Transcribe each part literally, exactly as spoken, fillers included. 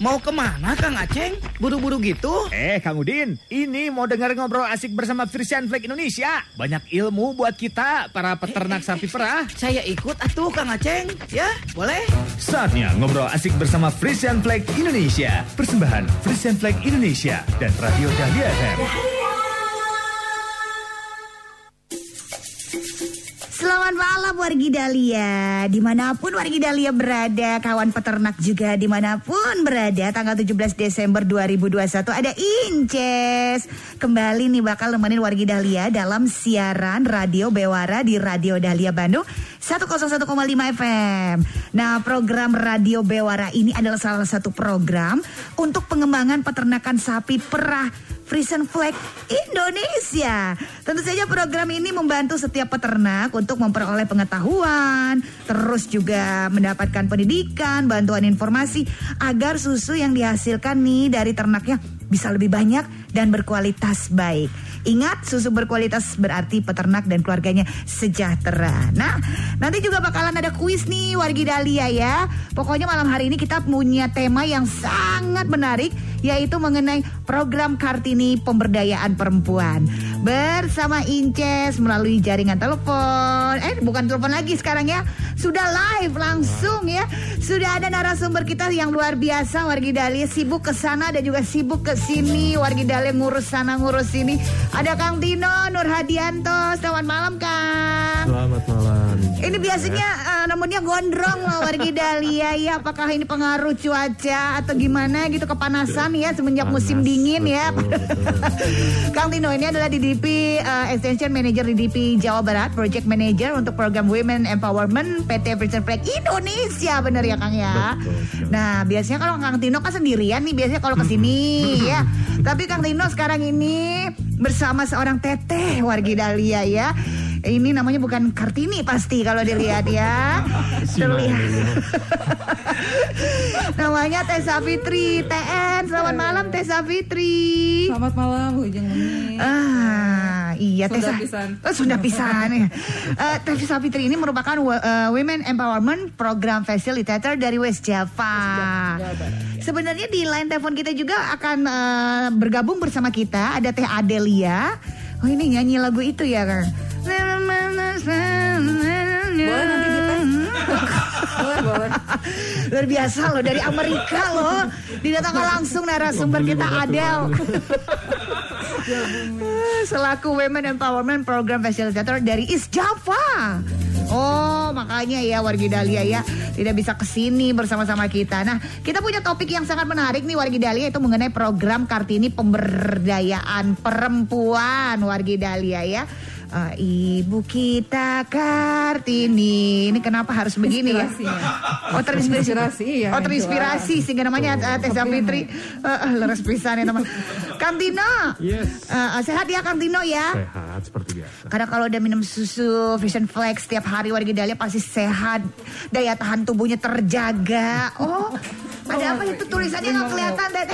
Mau kemana Kang Aceng? Buru-buru gitu? Eh Kang Udin, ini mau dengar ngobrol asik bersama Frisian Flag Indonesia. Banyak ilmu buat kita, para peternak sapi perah. Saya ikut atuh Kang Aceng, ya boleh? Saatnya ngobrol asik bersama Frisian Flag Indonesia. Persembahan Frisian Flag Indonesia dan Radio Dahlia F M. Selamat malam wargi Dahlia, dimanapun wargi Dahlia berada, kawan peternak juga dimanapun berada. Tanggal tujuh belas Desember dua ribu dua puluh satu ada Inces kembali nih bakal nemenin wargi Dahlia dalam siaran Radio Bewara di Radio Dahlia Bandung seratus satu koma lima F M. Nah, program Radio Bewara ini adalah salah satu program untuk pengembangan peternakan sapi perah Frisian Flag Indonesia. Tentu saja program ini membantu setiap peternak untuk memperoleh pengetahuan, terus juga mendapatkan pendidikan, bantuan informasi agar susu yang dihasilkan nih dari ternaknya bisa lebih banyak dan berkualitas baik. Ingat, susu berkualitas berarti peternak dan keluarganya sejahtera. Nah, nanti juga bakalan ada kuis nih wargi Dahlia ya. Pokoknya malam hari ini kita punya tema yang sangat menarik, yaitu mengenai program Kartini Pemberdayaan Perempuan. Bersama Inces melalui jaringan telepon. Eh, bukan telepon lagi sekarang ya. Sudah live langsung ya. Sudah ada narasumber kita yang luar biasa wargi Dahlia, sibuk ke sana dan juga sibuk ke sini. Wargi Dahlia ngurus sana ngurus sini. Ada Kang Tino Nurhadianto. Selamat malam Kang. Selamat malam. Ini biasanya uh, namanya gondrong loh wargi Dahlia ya. Apakah ini pengaruh cuaca atau gimana gitu, kepanasan ya semenjak Panas, musim dingin betul, ya. Betul. Kang Tino ini adalah D D P uh, Extension Manager D D P Jawa Barat, Project Manager untuk program Women Empowerment P T Frisian Flag Indonesia, bener ya Kang ya. Betul, nah biasanya kalau Kang Tino kan sendirian nih biasanya kalau kesini ya. Tapi Kang Tino sekarang ini bersama seorang teteh wargi Dahlia ya. Ini namanya bukan Kartini pasti kalau dilihat ya. Terlihat. Namanya Teh Safitri. T N, selamat malam Teh Safitri. Selamat malam Ujung Meni. Ah, iya Teh Safitri. Oh, sudah pisan ya. Uh, Teh Safitri ini merupakan uh, Women Empowerment Program Facilitator dari West Java. Sebenarnya di line telepon kita juga akan uh, bergabung bersama kita ada Teh Adelia. Oh, ini nyanyi lagu itu ya Kang. Boleh nanti dites. Boleh, boleh. Luar biasa loh, dari Amerika loh. Didatangkan langsung narasumber kita Adele. Selaku Women Empowerment Program Facilitator dari East Java. Oh, makanya ya wargi Dahlia ya tidak bisa kesini bersama-sama kita. Nah, kita punya topik yang sangat menarik nih wargi Dahlia, itu mengenai program Kartini Pemberdayaan Perempuan wargi Dahlia ya. Uh, Ibu kita Kartini. Ini kenapa harus begini ya? Oh terinspirasi ya. Oh terinspirasi sehingga namanya uh, Teh Safitri. Uh, leres pisan ya teman. Kang Tino. Yes. Uh, sehat ya Kang Tino ya? Sehat seperti biasa. Karena kalau udah minum susu Frisian Flag setiap hari wargi Dahlia pasti sehat. Daya tahan tubuhnya terjaga. Oh, ada apa itu tulisannya nggak kelihatan Teh?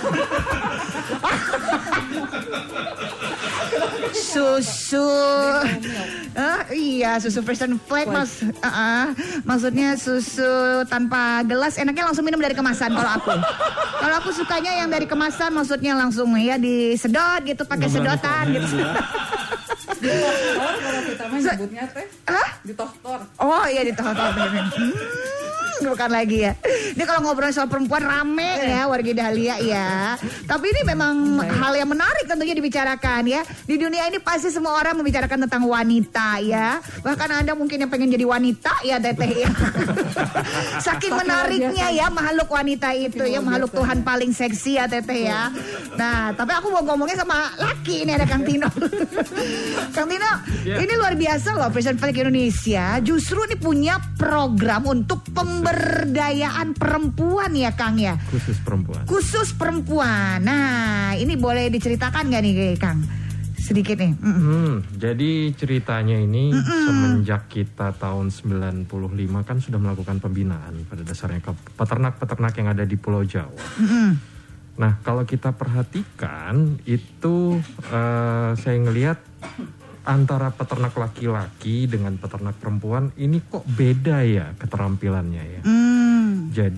Susu uh, iya susu Frisian Flag mas, uh, uh, maksudnya susu tanpa gelas, enaknya langsung minum dari kemasan kalau aku. Kalau aku sukanya yang dari kemasan, maksudnya langsung ya disedot gitu pakai sedotan gitu. Di tohtor kalau kita mah nyebutnya teh. Hah? Di tohtor. Oh iya di tohtor. Hmm. Bukan lagi ya. Ini kalau ngobrol soal perempuan rame ya wargi Dahlia ya. Tapi ini memang hal yang menarik tentunya dibicarakan ya. Di dunia ini pasti semua orang membicarakan tentang wanita ya. Bahkan Anda mungkin yang pengen jadi wanita ya Teteh ya. Saking menariknya ya makhluk wanita itu ya, makhluk Tuhan paling seksi ya Teteh ya. Nah, tapi aku mau ngomongnya sama laki, ini ada Kang Tino. Kang Tino, ini luar biasa loh Frisian Flag Indonesia. Justru ini punya program untuk pemberdayaan perempuan ya Kang ya. Khusus perempuan. Khusus perempuan. Nah, ini boleh diceritakan gak nih Kang? Sedikit nih. Mm-mm. Hmm, jadi ceritanya ini Mm-mm. semenjak kita tahun sembilan puluh lima kan sudah melakukan pembinaan pada dasarnya ke peternak-peternak yang ada di Pulau Jawa. Mm-mm. Nah, kalau kita perhatikan itu uh, saya ngelihat antara peternak laki-laki dengan peternak perempuan ini kok beda ya keterampilannya ya. Mm. Jadi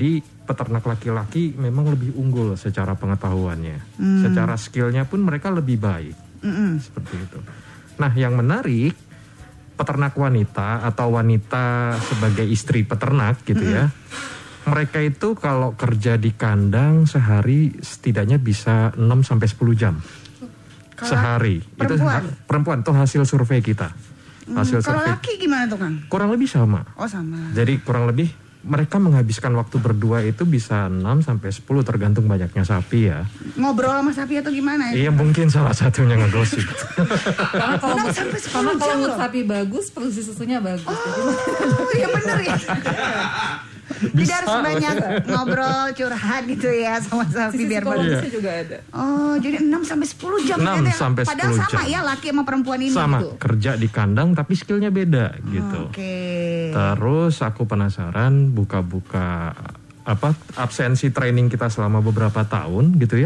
peternak laki-laki memang lebih unggul secara pengetahuannya, hmm. secara skillnya pun mereka lebih baik, hmm. seperti itu. Nah, yang menarik, peternak wanita atau wanita sebagai istri peternak gitu hmm. ya, mereka itu kalau kerja di kandang sehari setidaknya bisa enam sampai sepuluh jam kalau sehari. Perempuan? Itu perempuan, itu hasil survei kita. Hasil hmm, kalau survei. laki gimana tuh Kang? Kurang lebih sama. Oh sama. Jadi kurang lebih mereka menghabiskan waktu berdua itu bisa enam sampai sepuluh tergantung banyaknya sapi ya. Ngobrol sama sapi atau gimana ya? Iya mungkin salah satunya ngegosip. Karena kalau mood, sampai sepuluh karena kalau jam mood loh. sapi bagus, produksi susunya bagus. Oh iya bener ya. Jadi harus banyak ngobrol, curhat gitu ya sama sapi Sisi biar psikologisnya bagus. juga ada. Oh jadi enam sampai sepuluh jam. enam ternyata. sampai Padahal sepuluh sama jam. ya laki sama perempuan ini Sama, gitu. kerja di kandang tapi skillnya beda gitu. Oke. Terus aku penasaran buka-buka apa absensi training kita selama beberapa tahun gitu ya.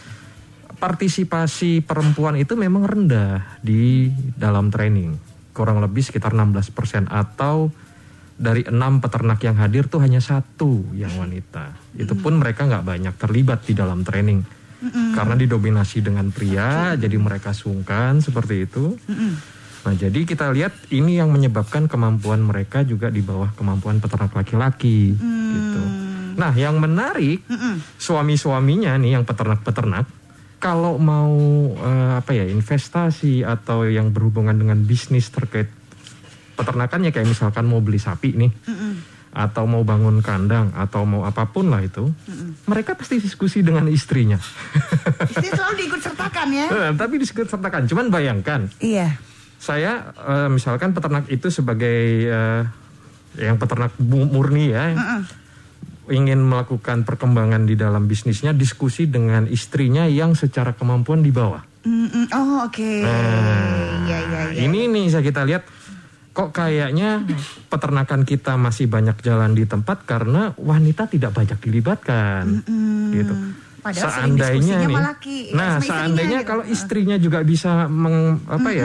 Partisipasi perempuan itu memang rendah di dalam training. Kurang lebih sekitar enam belas persen atau dari enam peternak yang hadir tuh hanya satu yang wanita. Itu pun mereka nggak banyak terlibat di dalam training. Mm-mm. Karena didominasi dengan pria, jadi mereka sungkan seperti itu. Mm-mm. Nah, jadi kita lihat ini yang menyebabkan kemampuan mereka juga di bawah kemampuan peternak laki-laki. Mm. Gitu. Nah, yang menarik, Mm-mm. suami-suaminya nih yang peternak-peternak, kalau mau uh, apa ya investasi atau yang berhubungan dengan bisnis terkait peternakannya kayak misalkan mau beli sapi nih, Mm-mm. atau mau bangun kandang atau mau apapun lah itu, Mm-mm. mereka pasti diskusi dengan istrinya. Istri selalu diikut sertakan ya. Tapi diikut sertakan. Cuman bayangkan, Iya. saya uh, misalkan peternak itu sebagai uh, yang peternak murni ya, Mm-mm. ingin melakukan perkembangan di dalam bisnisnya, diskusi dengan istrinya yang secara kemampuan di bawah. Mm-mm. Oh oke. Okay. Nah, ya, ya, ya. ini nih saya kita lihat. Kok kayaknya peternakan kita masih banyak jalan di tempat karena wanita tidak banyak dilibatkan, Mm-mm. gitu. Padahal seandainya nih, laki, nah ya, seandainya gitu. Kalau istrinya juga bisa meng, apa Mm-mm. ya,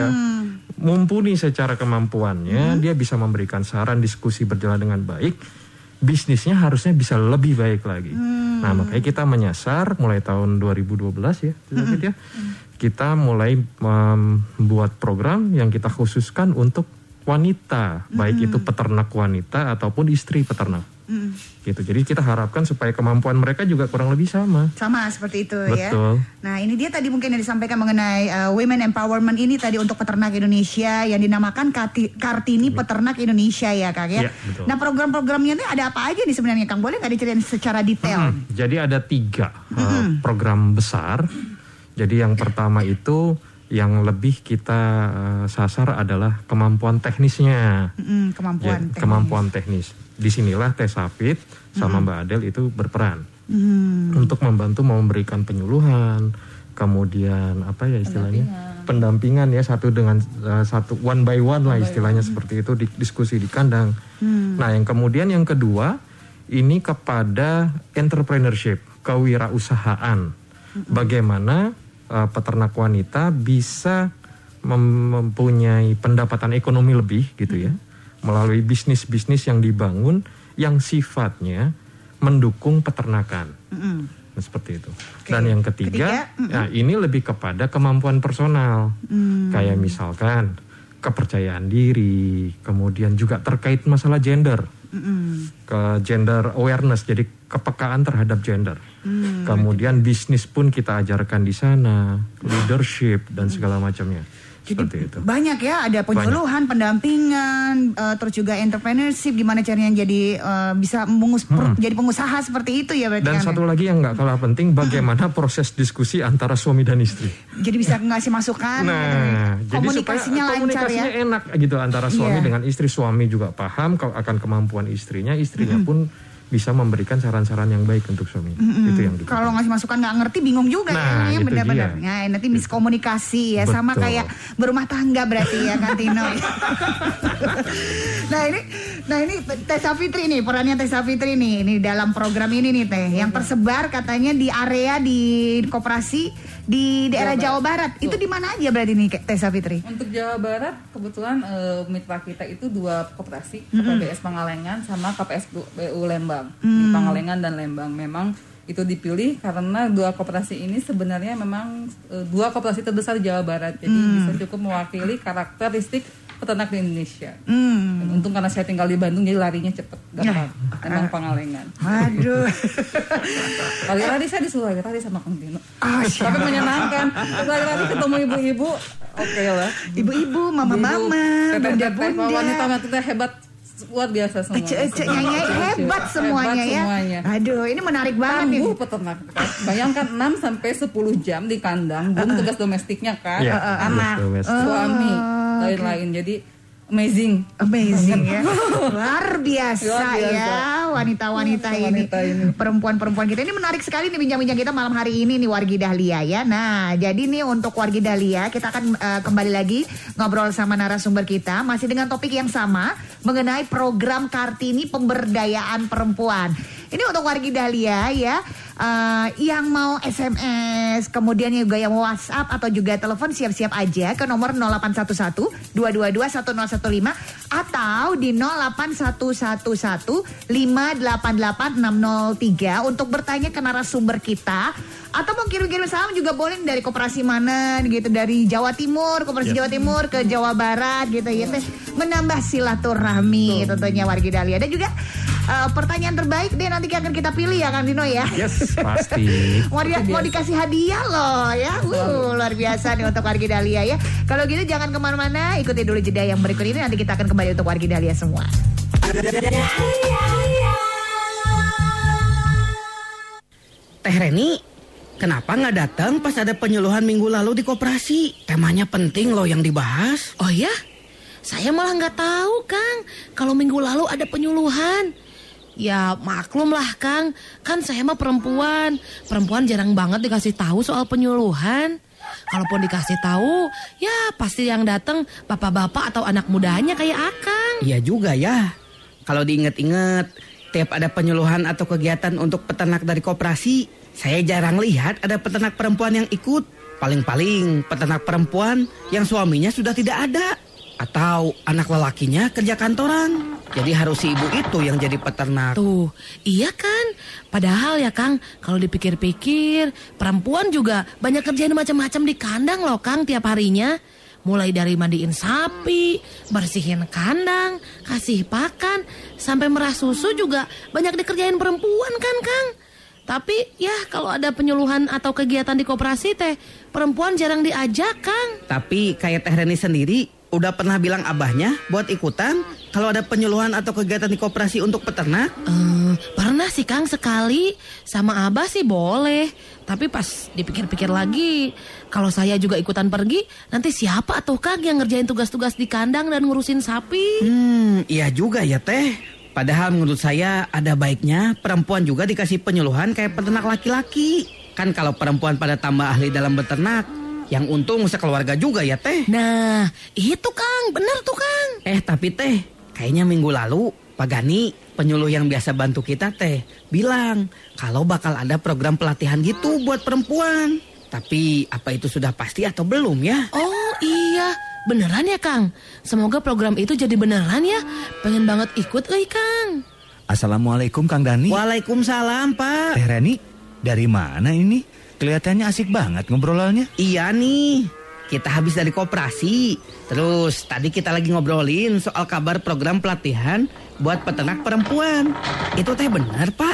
mumpuni secara kemampuannya, Mm-hmm. dia bisa memberikan saran, diskusi berjalan dengan baik, bisnisnya harusnya bisa lebih baik lagi. Mm. Nah makanya kita menyasar mulai tahun dua ribu dua belas ya, mm-hmm. ya, kita mulai membuat program yang kita khususkan untuk wanita, baik mm-hmm. itu peternak wanita ataupun istri peternak. Mm. Gitu. Jadi kita harapkan supaya kemampuan mereka juga kurang lebih sama. Sama seperti itu. Betul. Ya. Nah ini dia tadi mungkin yang disampaikan mengenai uh, Women Empowerment ini tadi untuk peternak Indonesia yang dinamakan Kati- Kartini Peternak Indonesia ya Kang ya. Ya betul. Nah program-programnya ini ada apa aja nih sebenarnya Kang? Boleh nggak diceritain secara detail? Hmm, jadi ada tiga Mm-hmm. uh, program besar. Jadi yang pertama itu yang lebih kita uh, sasar adalah kemampuan teknisnya. Mm, kemampuan Ya, teknis. kemampuan teknis. Disinilah Tesafit sama Mbak Adel itu berperan Mm. untuk membantu memberikan penyuluhan, kemudian apa ya istilahnya pendampingan, ya satu dengan uh, satu one by one lah istilahnya seperti itu, di, diskusi di kandang. Mm. Nah yang kemudian yang kedua ini kepada entrepreneurship, kewirausahaan, mm-hmm. bagaimana uh, peternak wanita bisa mem- mempunyai pendapatan ekonomi lebih gitu ya, melalui bisnis-bisnis yang dibangun yang sifatnya mendukung peternakan. Mm-hmm. Nah, seperti itu. Okay. Dan yang ketiga, ketiga mm-hmm. nah, ini lebih kepada kemampuan personal. Mm. Kayak misalkan kepercayaan diri, kemudian juga terkait masalah gender. Mm-hmm. Ke gender awareness, jadi kepekaan terhadap gender. Mm. Kemudian bisnis pun kita ajarkan di sana, leadership dan segala macamnya. Jadi seperti itu. Banyak ya, ada penyuluhan, banyak. pendampingan, uh, terus juga entrepreneurship, gimana caranya jadi uh, bisa mengus- hmm. jadi pengusaha seperti itu ya berarti. Dan kan, satu ya? lagi yang nggak kalah penting, bagaimana proses diskusi antara suami dan istri. Jadi bisa ngasih masukan, nah, komunikasinya jadi lancar komunikasinya ya. enak gitu antara suami yeah. dengan istri. Suami juga paham akan kemampuan istrinya, istrinya hmm. pun bisa memberikan saran-saran yang baik untuk suami. Mm-hmm. Itu yang dibutuhkan. Kalau ngasih masukan nggak ngerti, bingung juga nah, ya, benar-benar. Dia. Nah, nanti miskomunikasi ya. Betul. Sama kayak berumah tangga berarti ya kan Tino. Nah ini, nah ini Teh Safitri nih, perannya Teh Safitri nih, ini dalam program ini nih Teh, yang tersebar katanya di area di koperasi di daerah Jawa Jawa Barat. Barat. Itu di mana aja berarti nih Teh Savitri? Untuk Jawa Barat kebetulan eh, mitra kita itu dua koperasi, K P B S Pangalengan sama K P S B U Lembang. Di Pangalengan dan Lembang memang itu dipilih karena dua koperasi ini sebenarnya memang eh, dua koperasi terbesar di Jawa Barat. Jadi bisa cukup mewakili karakteristik peternak di Indonesia. Hmm. Dan untung karena saya tinggal di Bandung jadi larinya cepet, gampang. Emang Pangalengan. Aduh. Lari-lari saya disuruh lari sama Kang Dino. Oh, Tapi menyenangkan. Lari-lari ketemu ibu-ibu, oke lah. Ibu-ibu, mama-mama, teteh-teteh, bunda-bunda. wanita-wanita hebat, luar biasa semua. Ece-ece nyanyai hebat semuanya ya. Semuanya. Aduh, ini menarik banget nih. Tangguh peternak. Bayangkan enam sampai sepuluh jam di kandang, belum tugas domestiknya kan, Iya, anak, tugas domestik. suami, Oh, lain-lain. Jadi amazing. Amazing ya. Luar biasa, Luar biasa. ya wanita-wanita ini. Wanita ini. Perempuan-perempuan kita ini menarik sekali nih bincang-bincang kita malam hari ini nih Wargi Dahlia ya. Nah, jadi nih untuk Wargi Dahlia kita akan uh, kembali lagi ngobrol sama narasumber kita masih dengan topik yang sama mengenai program Kartini Pemberdayaan Perempuan. Ini untuk Wargi Dahlia ya. Uh, yang mau S M S, kemudian juga yang mau WhatsApp atau juga telepon siap-siap aja ke nomor nol delapan satu satu dua dua dua satu nol satu lima atau di nol delapan satu satu satu lima delapan delapan enam nol tiga untuk bertanya ke narasumber kita. Atau mau kirim-kirim salam juga boleh dari koperasi mana gitu, dari Jawa Timur, koperasi Jawa Timur ke Jawa Barat gitu ya teh. Menambah silaturahmi tentunya Wargi Dahlia. Dan juga uh, pertanyaan terbaik deh nanti akan kita pilih ya Kang Dino ya. Yes, pasti. Mau, di, mau dikasih hadiah loh ya. Uh, luar biasa nih untuk Wargi Dahlia ya. Kalau gitu jangan kemana-mana, ikuti dulu jeda yang berikut ini. Nanti kita akan kembali untuk Wargi Dahlia semua. Teh Reni, kenapa nggak datang pas ada penyuluhan minggu lalu di koperasi? Temanya penting loh yang dibahas. Oh ya? Saya malah nggak tahu, Kang. Kalau minggu lalu ada penyuluhan. Ya maklum lah, Kang. Kan saya mah perempuan. Perempuan jarang banget dikasih tahu soal penyuluhan. Kalaupun dikasih tahu, ya pasti yang datang bapak-bapak atau anak mudanya kayak Akang. Iya juga ya. Kalau diinget-inget, tiap ada penyuluhan atau kegiatan untuk peternak dari koperasi, saya jarang lihat ada peternak perempuan yang ikut. Paling-paling peternak perempuan yang suaminya sudah tidak ada. Atau anak lelakinya kerja kantoran. Jadi harus si ibu itu yang jadi peternak. Tuh, iya kan? Padahal ya Kang, kalau dipikir-pikir, perempuan juga banyak kerjaan macam-macam di kandang loh Kang tiap harinya. Mulai dari mandiin sapi, bersihin kandang, kasih pakan, sampai merah susu juga banyak dikerjain perempuan kan Kang? Tapi ya kalau ada penyuluhan atau kegiatan di koperasi teh, perempuan jarang diajak Kang. Tapi kayak Teh Reni sendiri, udah pernah bilang abahnya buat ikutan kalau ada penyuluhan atau kegiatan di koperasi untuk peternak? Uh, pernah sih Kang sekali, sama Abah sih boleh. Tapi pas dipikir-pikir lagi, kalau saya juga ikutan pergi, nanti siapa tuh Kang yang ngerjain tugas-tugas di kandang dan ngurusin sapi? Hmm, iya juga ya Teh. Padahal menurut saya ada baiknya perempuan juga dikasih penyuluhan kayak peternak laki-laki. Kan kalau perempuan pada tambah ahli dalam beternak, yang untung sekeluarga juga ya Teh. Nah, itu Kang, bener tuh Kang. Eh tapi Teh, kayaknya minggu lalu Pak Gani, penyuluh yang biasa bantu kita Teh, bilang kalau bakal ada program pelatihan gitu buat perempuan. Tapi apa itu sudah pasti atau belum ya? Oh iya, beneran ya Kang. Semoga program itu jadi beneran ya. Pengen banget ikut euy Kang. Assalamualaikum Kang Dani. Waalaikumsalam Pak. Teh Reni, dari mana ini? Kelihatannya asik banget ngobrolannya. Iya nih, kita habis dari koperasi. Terus tadi kita lagi ngobrolin soal kabar program pelatihan buat peternak perempuan. Itu Teh benar Pak?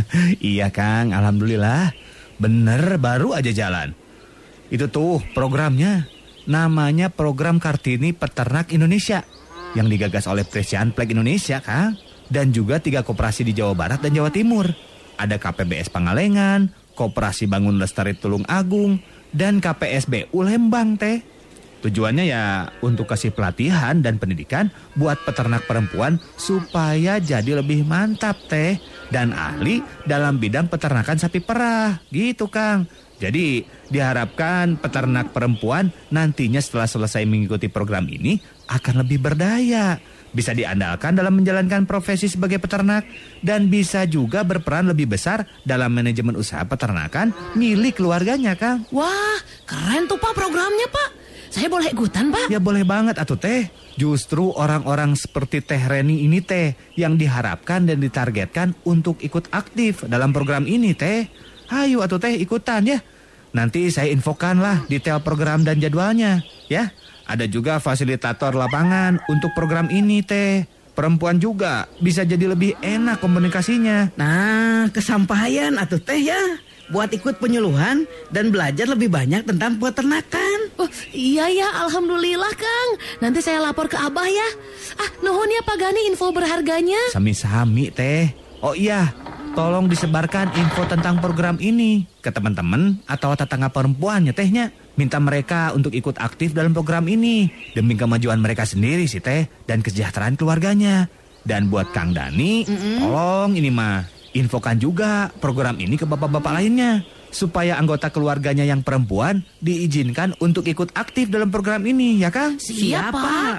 Iya Kang, alhamdulillah. Bener, baru aja jalan. Itu tuh programnya. Namanya Program Kartini Peternak Indonesia. Yang digagas oleh Frisian Flag Indonesia Kang. Dan juga tiga koperasi di Jawa Barat dan Jawa Timur. Ada K P B S Pangalengan, Koperasi Bangun Lestari Tulung Agung, dan K P S B U Lembang Teh. Tujuannya ya untuk kasih pelatihan dan pendidikan buat peternak perempuan supaya jadi lebih mantap Teh. Dan ahli dalam bidang peternakan sapi perah. Gitu Kang. Jadi diharapkan peternak perempuan nantinya setelah selesai mengikuti program ini akan lebih berdaya. bisa diandalkan dalam menjalankan profesi sebagai peternak dan bisa juga berperan lebih besar dalam manajemen usaha peternakan milik keluarganya, Kang. Wah, keren tuh Pak programnya Pak. Saya boleh ikutan Pak? Ya boleh banget atuh Teh. Justru orang-orang seperti Teh Reni ini Teh yang diharapkan dan ditargetkan untuk ikut aktif dalam program ini Teh. Hayu atuh Teh ikutan ya. Nanti saya infokan lah detail program dan jadwalnya ya. Ada juga fasilitator lapangan untuk program ini Teh. Perempuan juga bisa jadi lebih enak komunikasinya. Nah, kesampaian atuh Teh ya. Buat ikut penyuluhan dan belajar lebih banyak tentang peternakan. Oh, iya ya, alhamdulillah Kang. Nanti saya lapor ke Abah ya. Ah, nuhun ya Pak Gani info berharganya. Sami-sami Teh. Oh iya, tolong disebarkan info tentang program ini ke teman-teman atau tetangga perempuannya Tehnya. Minta mereka untuk ikut aktif dalam program ini demi kemajuan mereka sendiri sih Teh dan kesejahteraan keluarganya. Dan buat Kang Dani, mm-mm. tolong ini mah infokan juga program ini ke bapak-bapak lainnya supaya anggota keluarganya yang perempuan diizinkan untuk ikut aktif dalam program ini, ya Kang? Siap, Pak.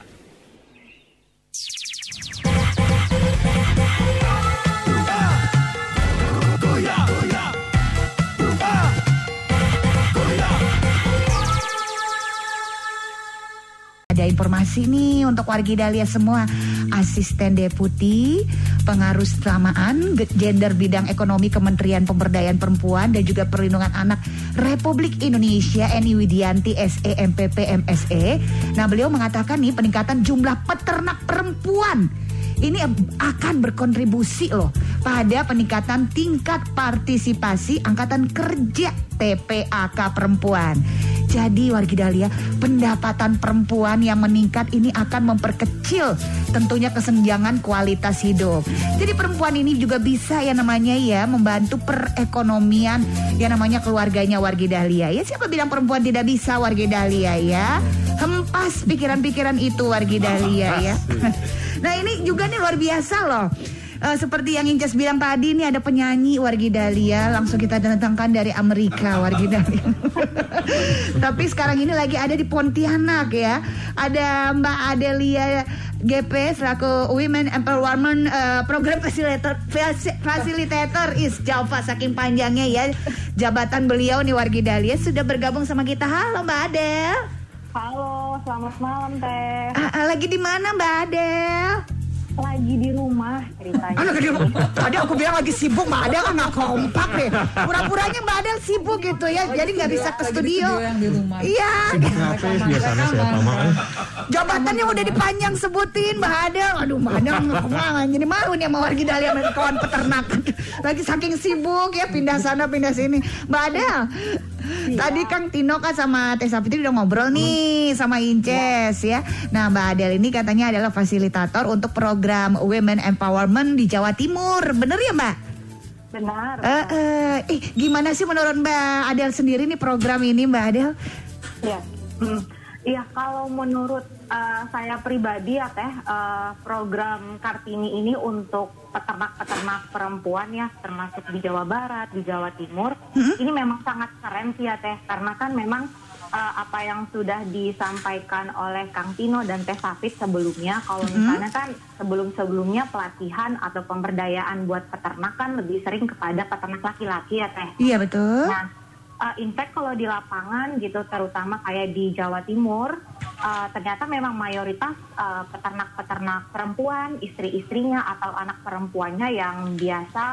Ada informasi nih untuk wargi Dahlia semua. Asisten Deputi Pengarus Utamaan Gender Bidang Ekonomi Kementerian Pemberdayaan Perempuan dan juga Perlindungan Anak Republik Indonesia Eni Widianti S E M P P M S E. Nah, beliau mengatakan nih peningkatan jumlah peternak perempuan ini akan berkontribusi loh pada peningkatan tingkat partisipasi angkatan kerja T P A K perempuan. Jadi wargi Dahlia, pendapatan perempuan yang meningkat ini akan memperkecil tentunya kesenjangan kualitas hidup. Jadi perempuan ini juga bisa ya namanya ya membantu perekonomian yang namanya keluarganya wargi Dahlia. Ya siapa bilang perempuan tidak bisa wargi Dahlia ya? Hempas pikiran-pikiran itu wargi Dahlia ya. Nah ini juga nih luar biasa loh. Uh, seperti yang Inces bilang tadi nih ada penyanyi wargi Dahlia langsung kita datangkan dari Amerika wargi Dahlia. Tapi sekarang ini lagi ada di Pontianak ya. Ada Mbak Adelia G P selaku Women Empowerment uh, Program Facilitator Facilitator is Java saking panjangnya ya jabatan beliau nih wargi Dahlia sudah bergabung sama kita. Halo Mbak Adel. Halo, selamat malam Teh. Uh, uh, lagi di mana Mbak Adel? Lagi di rumah ceritanya. Anak di rumah. Tadi aku bilang lagi sibuk, Mbak Adel kan nggak kompak deh. Pura-puranya Mbak Adel sibuk gitu ya, jadi nggak bisa ke studio. Iya. Biasanya saya Mama. Jabatannya udah dipanjang sebutin Mbak Adel. Aduh Mbak Adel nggak jadi malu nih sama wargi Dahlia kawan peternakan. Lagi saking sibuk ya pindah sana pindah sini. Mbak Adel. Iya. Tadi Kang Tino kan sama Teh Sapitri udah ngobrol nih sama Inces ya. Nah Mbak Adel ini katanya adalah fasilitator untuk program Women Empowerment di Jawa Timur. Bener ya Mbak? Benar. Eh, uh, uh, gimana sih menurut Mbak Adel sendiri nih program ini Mbak Adel? Iya. Hmm. Iya, kalau menurut uh, saya pribadi ya Teh, uh, program Kartini ini untuk peternak-peternak perempuan ya, termasuk di Jawa Barat, di Jawa Timur, hmm? ini memang sangat keren sih ya Teh, karena kan memang uh, apa yang sudah disampaikan oleh Kang Tino dan Teh Safit sebelumnya, kalau hmm? misalnya kan sebelum-sebelumnya pelatihan atau pemberdayaan buat peternak kan lebih sering kepada peternak laki-laki ya Teh. Iya betul. Nah, Uh, in fact kalau di lapangan gitu terutama kayak di Jawa Timur uh, ternyata memang mayoritas uh, peternak-peternak perempuan, istri-istrinya atau anak perempuannya yang biasa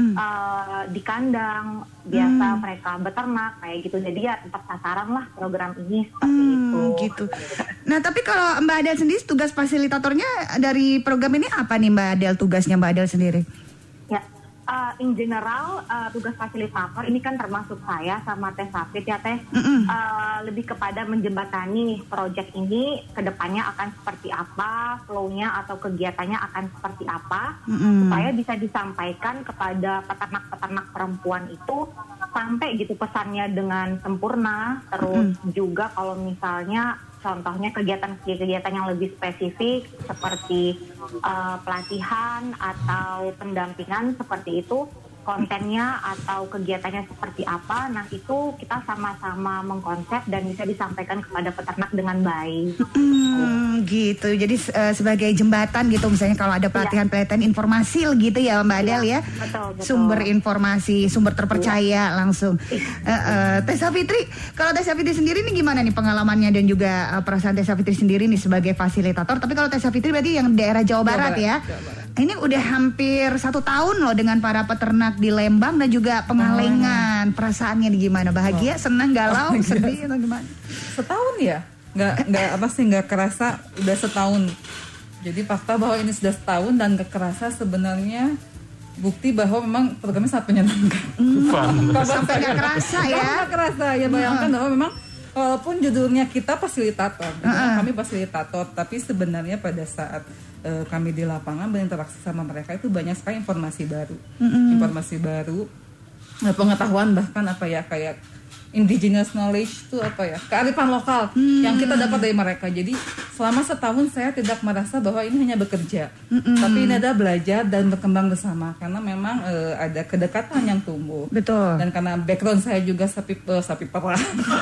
uh, di kandang, biasa mm. mereka beternak kayak gitu. Jadi ya tempat sasaran lah program ini seperti mm, itu. Gitu. Nah tapi kalau Mbak Adel sendiri tugas fasilitatornya dari program ini apa nih Mbak Adel, tugasnya Mbak Adel sendiri? Ya. Uh, in general uh, tugas fasilitator ini kan termasuk saya sama Teh Safit ya Teh uh, lebih kepada menjembatani proyek ini kedepannya akan seperti apa, flow-nya atau kegiatannya akan seperti apa mm-hmm. supaya bisa disampaikan kepada peternak-peternak perempuan itu sampai gitu pesannya dengan sempurna. Terus mm-hmm. juga kalau misalnya contohnya kegiatan-kegiatan yang lebih spesifik seperti uh, pelatihan atau pendampingan seperti itu, kontennya atau kegiatannya seperti apa, nah itu kita sama-sama mengkonsep dan bisa disampaikan kepada peternak dengan baik. Hmm, gitu. Jadi uh, sebagai jembatan gitu, misalnya kalau ada pelatihan-pelatihan informasi gitu ya Mbak Adel ya. Betul, betul. Sumber informasi, sumber terpercaya langsung. Uh, uh, Teh Safitri, kalau Teh Safitri sendiri nih gimana nih pengalamannya dan juga uh, perasaan Teh Safitri sendiri nih sebagai fasilitator. Tapi kalau Teh Safitri berarti yang daerah Jawa Barat, Jawa Barat ya. Jawa Barat. Ini udah hampir satu tahun loh dengan para peternak di Lembang dan juga Pengalengan. Perasaannya nih gimana? Bahagia, senang, galau, oh, sedih atau gimana? Setahun ya? Nggak, nggak apa sih, nggak kerasa udah setahun. Jadi fakta bahwa ini sudah setahun dan nggak kerasa sebenarnya bukti bahwa memang programnya sangat menyenangkan. Hmm, sampai nggak kerasa ya? Nggak kerasa ya, bayangkan bahwa memang walaupun judulnya kita fasilitator, uh-uh. kami fasilitator, tapi sebenarnya pada saat uh, kami di lapangan berinteraksi sama mereka itu banyak sekali informasi baru, uh-uh. informasi baru, uh, pengetahuan bahkan apa ya kayak indigenous knowledge itu apa ya kearifan lokal hmm. yang kita dapat dari mereka. Jadi selama setahun saya tidak merasa bahwa ini hanya bekerja, hmm. tapi ini ada belajar dan berkembang bersama karena memang uh, ada kedekatan yang tumbuh. Betul. Dan karena background saya juga sapi uh, sapi perah.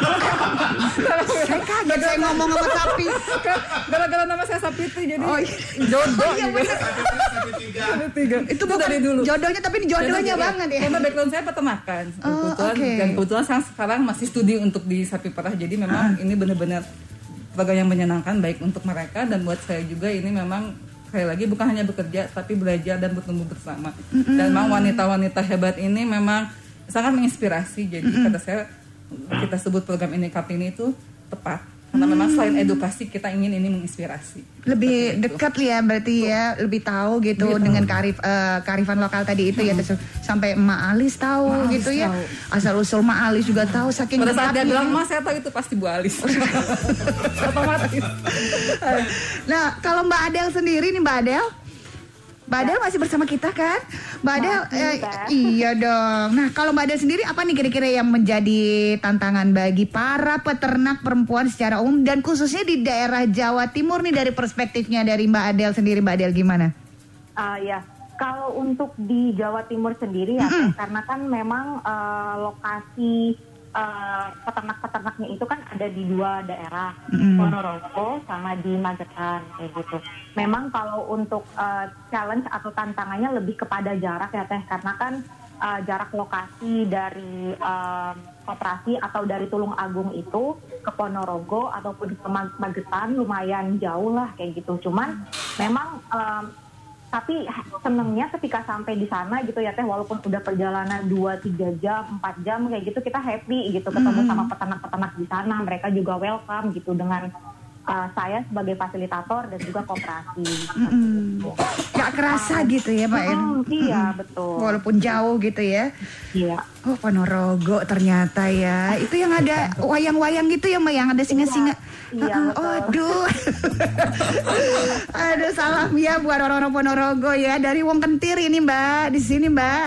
Saya kaget saya ngomong sama sapi. Gara-gara nama saya Sapitri jadi oh, iya. jodoh. Oh, iya, gitu. Tiga. Itu bukan dari dulu. Jodohnya tapi ini jodohnya Jodoh, banget ya. Karena background saya peternakan. Oh, kebetulan okay. dan kebetulan saya sekarang masih studi untuk di sapi perah. Jadi memang uh. ini benar-benar program yang menyenangkan baik untuk mereka dan buat saya juga. Ini memang sekali lagi bukan hanya bekerja tapi belajar dan bertumbuh bersama. Mm-hmm. Dan memang wanita-wanita hebat ini memang sangat menginspirasi. Jadi mm-hmm. kata saya kita sebut program ini Kartini itu tepat. Karena hmm. memang selain edukasi kita ingin ini menginspirasi. Lebih dekat ya berarti ya, lebih tahu gitu lebih dengan karif, uh, karifan lokal tadi itu hmm. ya terus, sampai Emak Alis tahu Ma gitu Alis ya. Tahu. Asal usul Emak Alis juga tahu saking pada saat dia bilang Mas saya tahu itu pasti Bu Alis. Otomatis. Nah, kalau Mbak Adel sendiri nih Mbak Adel Mbak Adel masih bersama kita kan? Mbak Adel, eh, iya dong. Nah, kalau Mbak Adel sendiri apa nih kira-kira yang menjadi tantangan bagi para peternak perempuan secara umum dan khususnya di daerah Jawa Timur nih dari perspektifnya dari Mbak Adel sendiri, Mbak Adel gimana? Uh, ya, kalau untuk di Jawa Timur sendiri ya, mm-hmm. karena kan memang uh, lokasi uh, peternak-peternaknya itu kan ada di dua daerah, mm-hmm. Ponorogo sama di Magetan kayak gitu. Memang kalau untuk uh, challenge atau tantangannya lebih kepada jarak ya Teh, karena kan uh, jarak lokasi dari uh, koperasi atau dari Tulung Agung itu ke Ponorogo ataupun ke Magetan lumayan jauh lah kayak gitu. Cuman memang um, tapi senengnya ketika sampai di sana gitu ya Teh, walaupun udah perjalanan dua tiga jam, empat jam kayak gitu kita happy gitu ketemu mm-hmm. sama peternak-peternak di sana, mereka juga welcome gitu dengan Uh, saya sebagai fasilitator dan juga koperasi. Mm-hmm. Gak kerasa uh, gitu ya Pak En? Mm, iya betul. Walaupun jauh gitu ya. Iya. Oh Ponorogo ternyata ya. Itu yang ada wayang-wayang gitu ya Mbak, yang ada singa-singa. Iya, uh-uh. Oh aduh. Aduh salam ya buat orang-orang Ponorogo ya. Dari Wong Kentir ini Mbak. Di sini Mbak.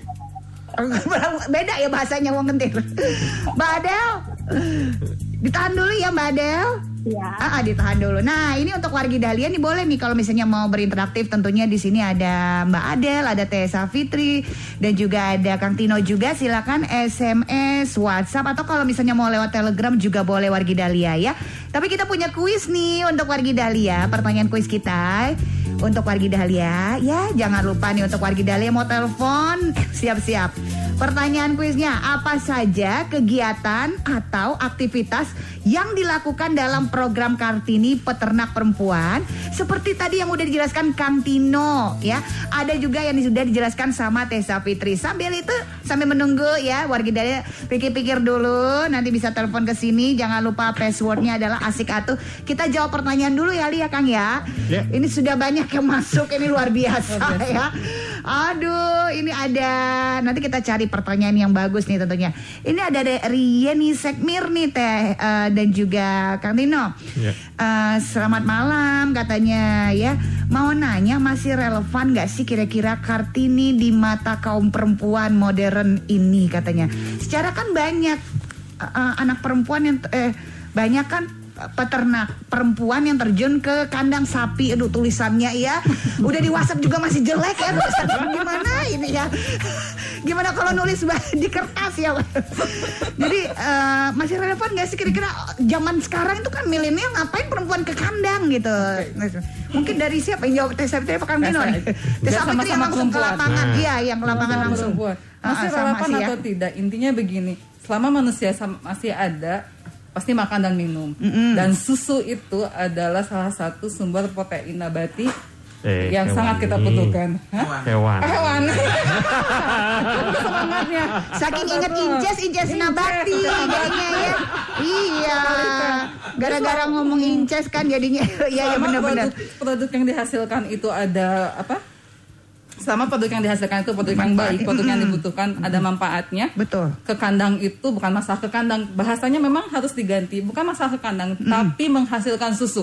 Beda ya bahasanya Wong Kentir. Mbak Adel. Ditahan dulu ya Mbak Adel. Ya. Ah, ah, ditahan dulu. Nah, ini untuk wargi Dahlia nih boleh nih kalau misalnya mau berinteraktif, tentunya di sini ada Mbak Adel, ada Teh Safitri dan juga ada Kang Tino juga. Silakan S M S, WhatsApp atau kalau misalnya mau lewat Telegram juga boleh wargi Dahlia ya. Tapi kita punya kuis nih untuk wargi Dahlia. Pertanyaan kuis kita untuk wargi Dahlia ya. Jangan lupa nih untuk wargi Dahlia mau telepon, siap-siap. Pertanyaan kuisnya, apa saja kegiatan atau aktivitas yang dilakukan dalam program Kartini Peternak Perempuan? Seperti tadi yang udah dijelaskan Kang Tino ya. Ada juga yang sudah dijelaskan sama Teh Safitri. Sambil itu, sambil menunggu ya, wargi Dahlia pikir-pikir dulu, nanti bisa telepon ke sini. Jangan lupa passwordnya adalah asik atuh. Kita jawab pertanyaan dulu ya, Li ya Kang ya. Yeah. Ini sudah banyak yang masuk, ini luar biasa ya. Aduh, ini ada, nanti kita cari pertanyaan yang bagus nih tentunya. Ini ada dari Yeni Sekmir nih Teh uh, dan juga Kang Tino. Yeah. Uh, selamat malam katanya ya. Mau nanya masih relevan gak sih kira-kira Kartini di mata kaum perempuan modern ini katanya. Secara kan banyak uh, uh, anak perempuan yang eh banyak kan peternak perempuan yang terjun ke kandang sapi. Aduh, tulisannya ya udah di WhatsApp juga masih jelek ya tulisannya. Gimana ini ya? Gimana kalau nulis di kertas ya? Jadi uh, masih relevan nggak sih kira-kira zaman sekarang itu kan milenial ngapain perempuan ke kandang gitu? Mungkin dari siapa yang jawab? Teh Sapitri apa Kang Dino nih? Teh Sapitri yang langsung ke lapangan, iya yang ke lapangan langsung. Masih relevan atau tidak? Intinya begini, selama manusia masih ada, pasti makan dan minum. Mm-hmm. Dan susu itu adalah salah satu sumber protein nabati eh, yang sangat kita butuhkan. Hah? Hewan. Hewan. Semangatnya. Saking ingat inces, inces nabati jadinya ya. Iya. Gara-gara ngomong inces kan jadinya. Iya ya benar-benar. Produk, produk yang dihasilkan itu ada apa? Selama produk yang dihasilkan itu produk yang baik, produk yang dibutuhkan, ada manfaatnya. Betul. Ke kandang itu bukan masalah ke kandang, bahasanya memang harus diganti, bukan masalah ke kandang, mm. tapi menghasilkan susu.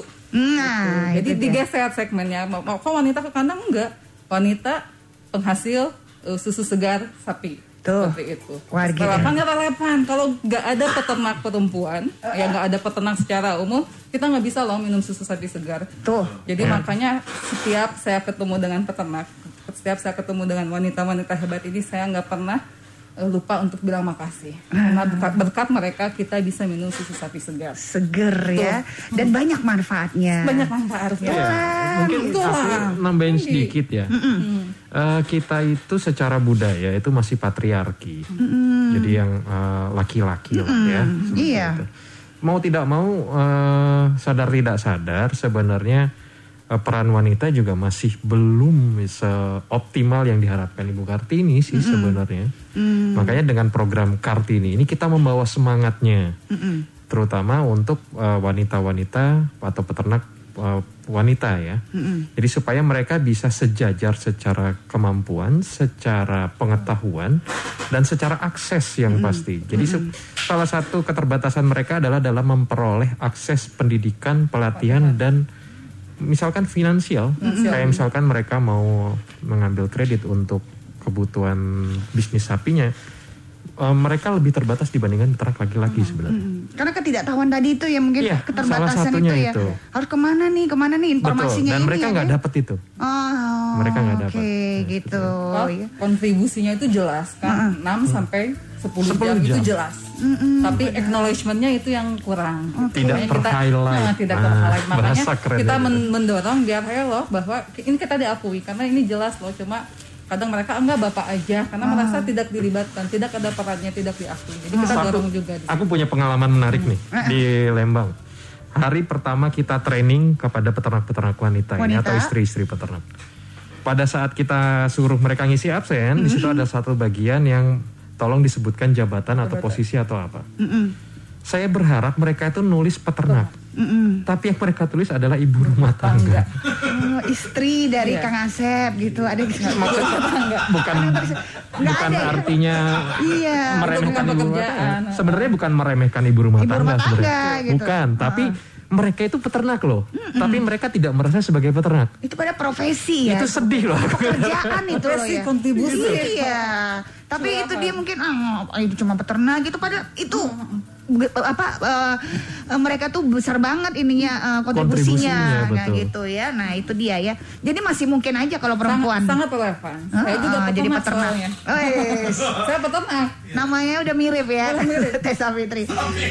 Nah, jadi digeser segmennya. Kok wanita ke kandang enggak? Wanita penghasil uh, susu segar sapi. Tuh. Seperti itu. Relevan nggak relevan. Kalau nggak ada peternak perempuan, ya nggak ada peternak secara umum, kita nggak bisa loh minum susu sapi segar. Tuh. Jadi ya. Makanya setiap saya ketemu dengan peternak, setiap saya ketemu dengan wanita-wanita hebat ini, saya nggak pernah uh, lupa untuk bilang makasih. Karena berkat, berkat mereka kita bisa minum susu sapi segar. Seger ya. Tuh. Dan banyak manfaatnya. Banyak manfaatnya. Ya, mungkin aku nambahin sedikit ya. Mm-mm. Uh, kita itu secara budaya itu masih patriarki. Mm-mm. Jadi yang uh, laki-laki lah ya. Iya. Itu. Mau tidak mau uh, sadar tidak sadar sebenarnya peran wanita juga masih belum seoptimal yang diharapkan Ibu Kartini sih mm-hmm. sebenarnya. Mm. Makanya dengan program Kartini ini kita membawa semangatnya, mm-hmm. terutama untuk uh, wanita-wanita atau peternak uh, wanita ya. Mm-hmm. Jadi supaya mereka bisa sejajar secara kemampuan, secara pengetahuan, dan secara akses yang mm-hmm. pasti. Jadi mm-hmm. se- salah satu keterbatasan mereka adalah dalam memperoleh akses pendidikan, pelatihan, dan misalkan finansial, mm-hmm. kayak misalkan mereka mau mengambil kredit untuk kebutuhan bisnis sapinya, uh, mereka lebih terbatas dibandingkan peternak laki-laki mm-hmm. sebenarnya. Mm-hmm. Karena ketidaktahuan tadi itu ya mungkin iya, keterbatasan itu ya. Itu. Harus kemana nih, kemana nih informasinya. Betul. Dan ini mereka nggak ya, dapat itu. Oh, mereka nggak dapat. Oke, okay, ya, gitu. Oh, ya. Kontribusinya itu jelas kan, uh-uh. enam sampai sepuluh jam, jam itu jelas. Mm-mm, Tapi benar. Acknowledgement-nya itu yang kurang. Okay. Tidak ter-highlight. Nah, tidak ter-highlight. Ah, makanya kita men- mendorong biar ayo loh bahwa ini kita diakui karena ini jelas loh. Cuma kadang mereka enggak bapak aja karena ah. merasa tidak dilibatkan, tidak ada perannya, tidak diakui. Jadi kita Satu, dorong juga. Aku punya pengalaman menarik hmm. nih di Lembang. Hari pertama kita training kepada peternak-peternak wanita, wanita? ini atau istri-istri peternak. Pada saat kita suruh mereka ngisi absen, mm-hmm. di situ ada satu bagian yang tolong disebutkan jabatan atau posisi atau apa. Mm-mm. Saya berharap mereka itu nulis peternak. Mm-mm. Tapi yang mereka tulis adalah ibu rumah tangga. Oh, istri dari yeah. Kang Asep gitu. Ada maksud bukan bukan ada, artinya iya, meremehkan ibu rumah tangga. Sebenarnya bukan meremehkan ibu rumah ibu tangga, rumah tangga sebenarnya. gitu. Bukan, uh. tapi mereka itu peternak loh. Mm-mm. Tapi mereka tidak merasa sebagai peternak. Itu pada profesi ya. Itu sedih loh. Pekerjaan itu loh ya. Kontribusi. Iya. Tapi Silahkan. Itu dia mungkin ah itu cuma peternak gitu, padahal itu apa uh, uh, mereka tuh besar banget ininya uh, kontribusinya, kontribusinya nah gitu ya. Nah itu dia ya. Jadi masih mungkin aja kalau perempuan. Sangat, sangat relevan. Uh, Saya juga uh, jadi peternak. Oh, yes. Saya peternak. Namanya udah mirip ya. Teh Sapitri.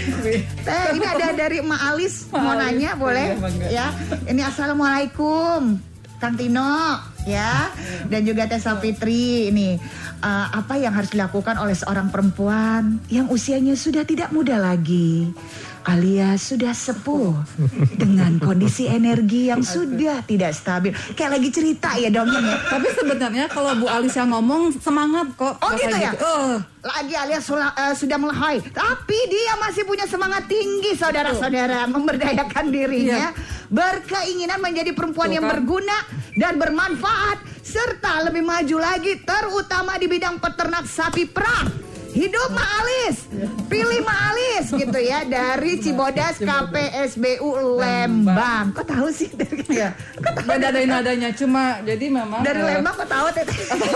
Teh ini ada dari Mak Alis mau nanya boleh ya. Ini assalamualaikum Kang Tino ya, dan juga Teh Sapitri ini uh, apa yang harus dilakukan oleh seorang perempuan yang usianya sudah tidak muda lagi alias sudah sepuh dengan kondisi energi yang sudah tidak stabil. Kayak lagi cerita ya dong ya. Tapi sebenarnya kalau Bu Alis yang ngomong semangat kok. Oh gitu ya? Gitu. Uh. Lagi alias sula, uh, sudah melahai. Tapi dia masih punya semangat tinggi saudara-saudara. Memberdayakan dirinya. Iya. Berkeinginan menjadi perempuan Tuh, yang kan? berguna dan bermanfaat. Serta lebih maju lagi terutama di bidang peternak sapi perah. Hidup Mak Alis, pilih Mak Alis gitu ya dari Cibodas K P S B U Lembang. Kok tahu sih dari ya? Beda dari nadanya, cuma jadi memang dari uh, Lembang kok tahu Teteh?